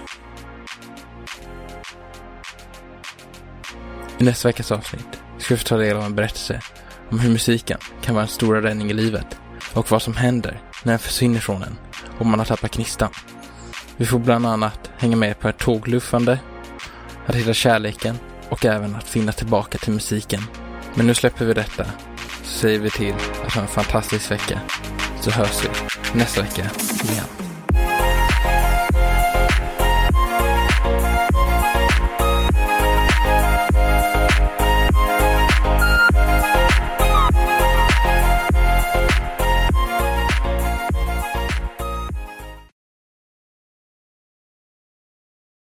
I nästa veckas avsnitt ska vi få ta del av en berättelse om hur musiken kan vara en stor räddning i livet och vad som händer när den försvinner från en och man har tappat gnistan. Vi får bland annat hänga med på ett tågluffande, att hitta kärleken och även att finna tillbaka till musiken. Men nu släpper vi detta, så säger vi till att ha en fantastisk vecka. Så hörs vi nästa vecka igen.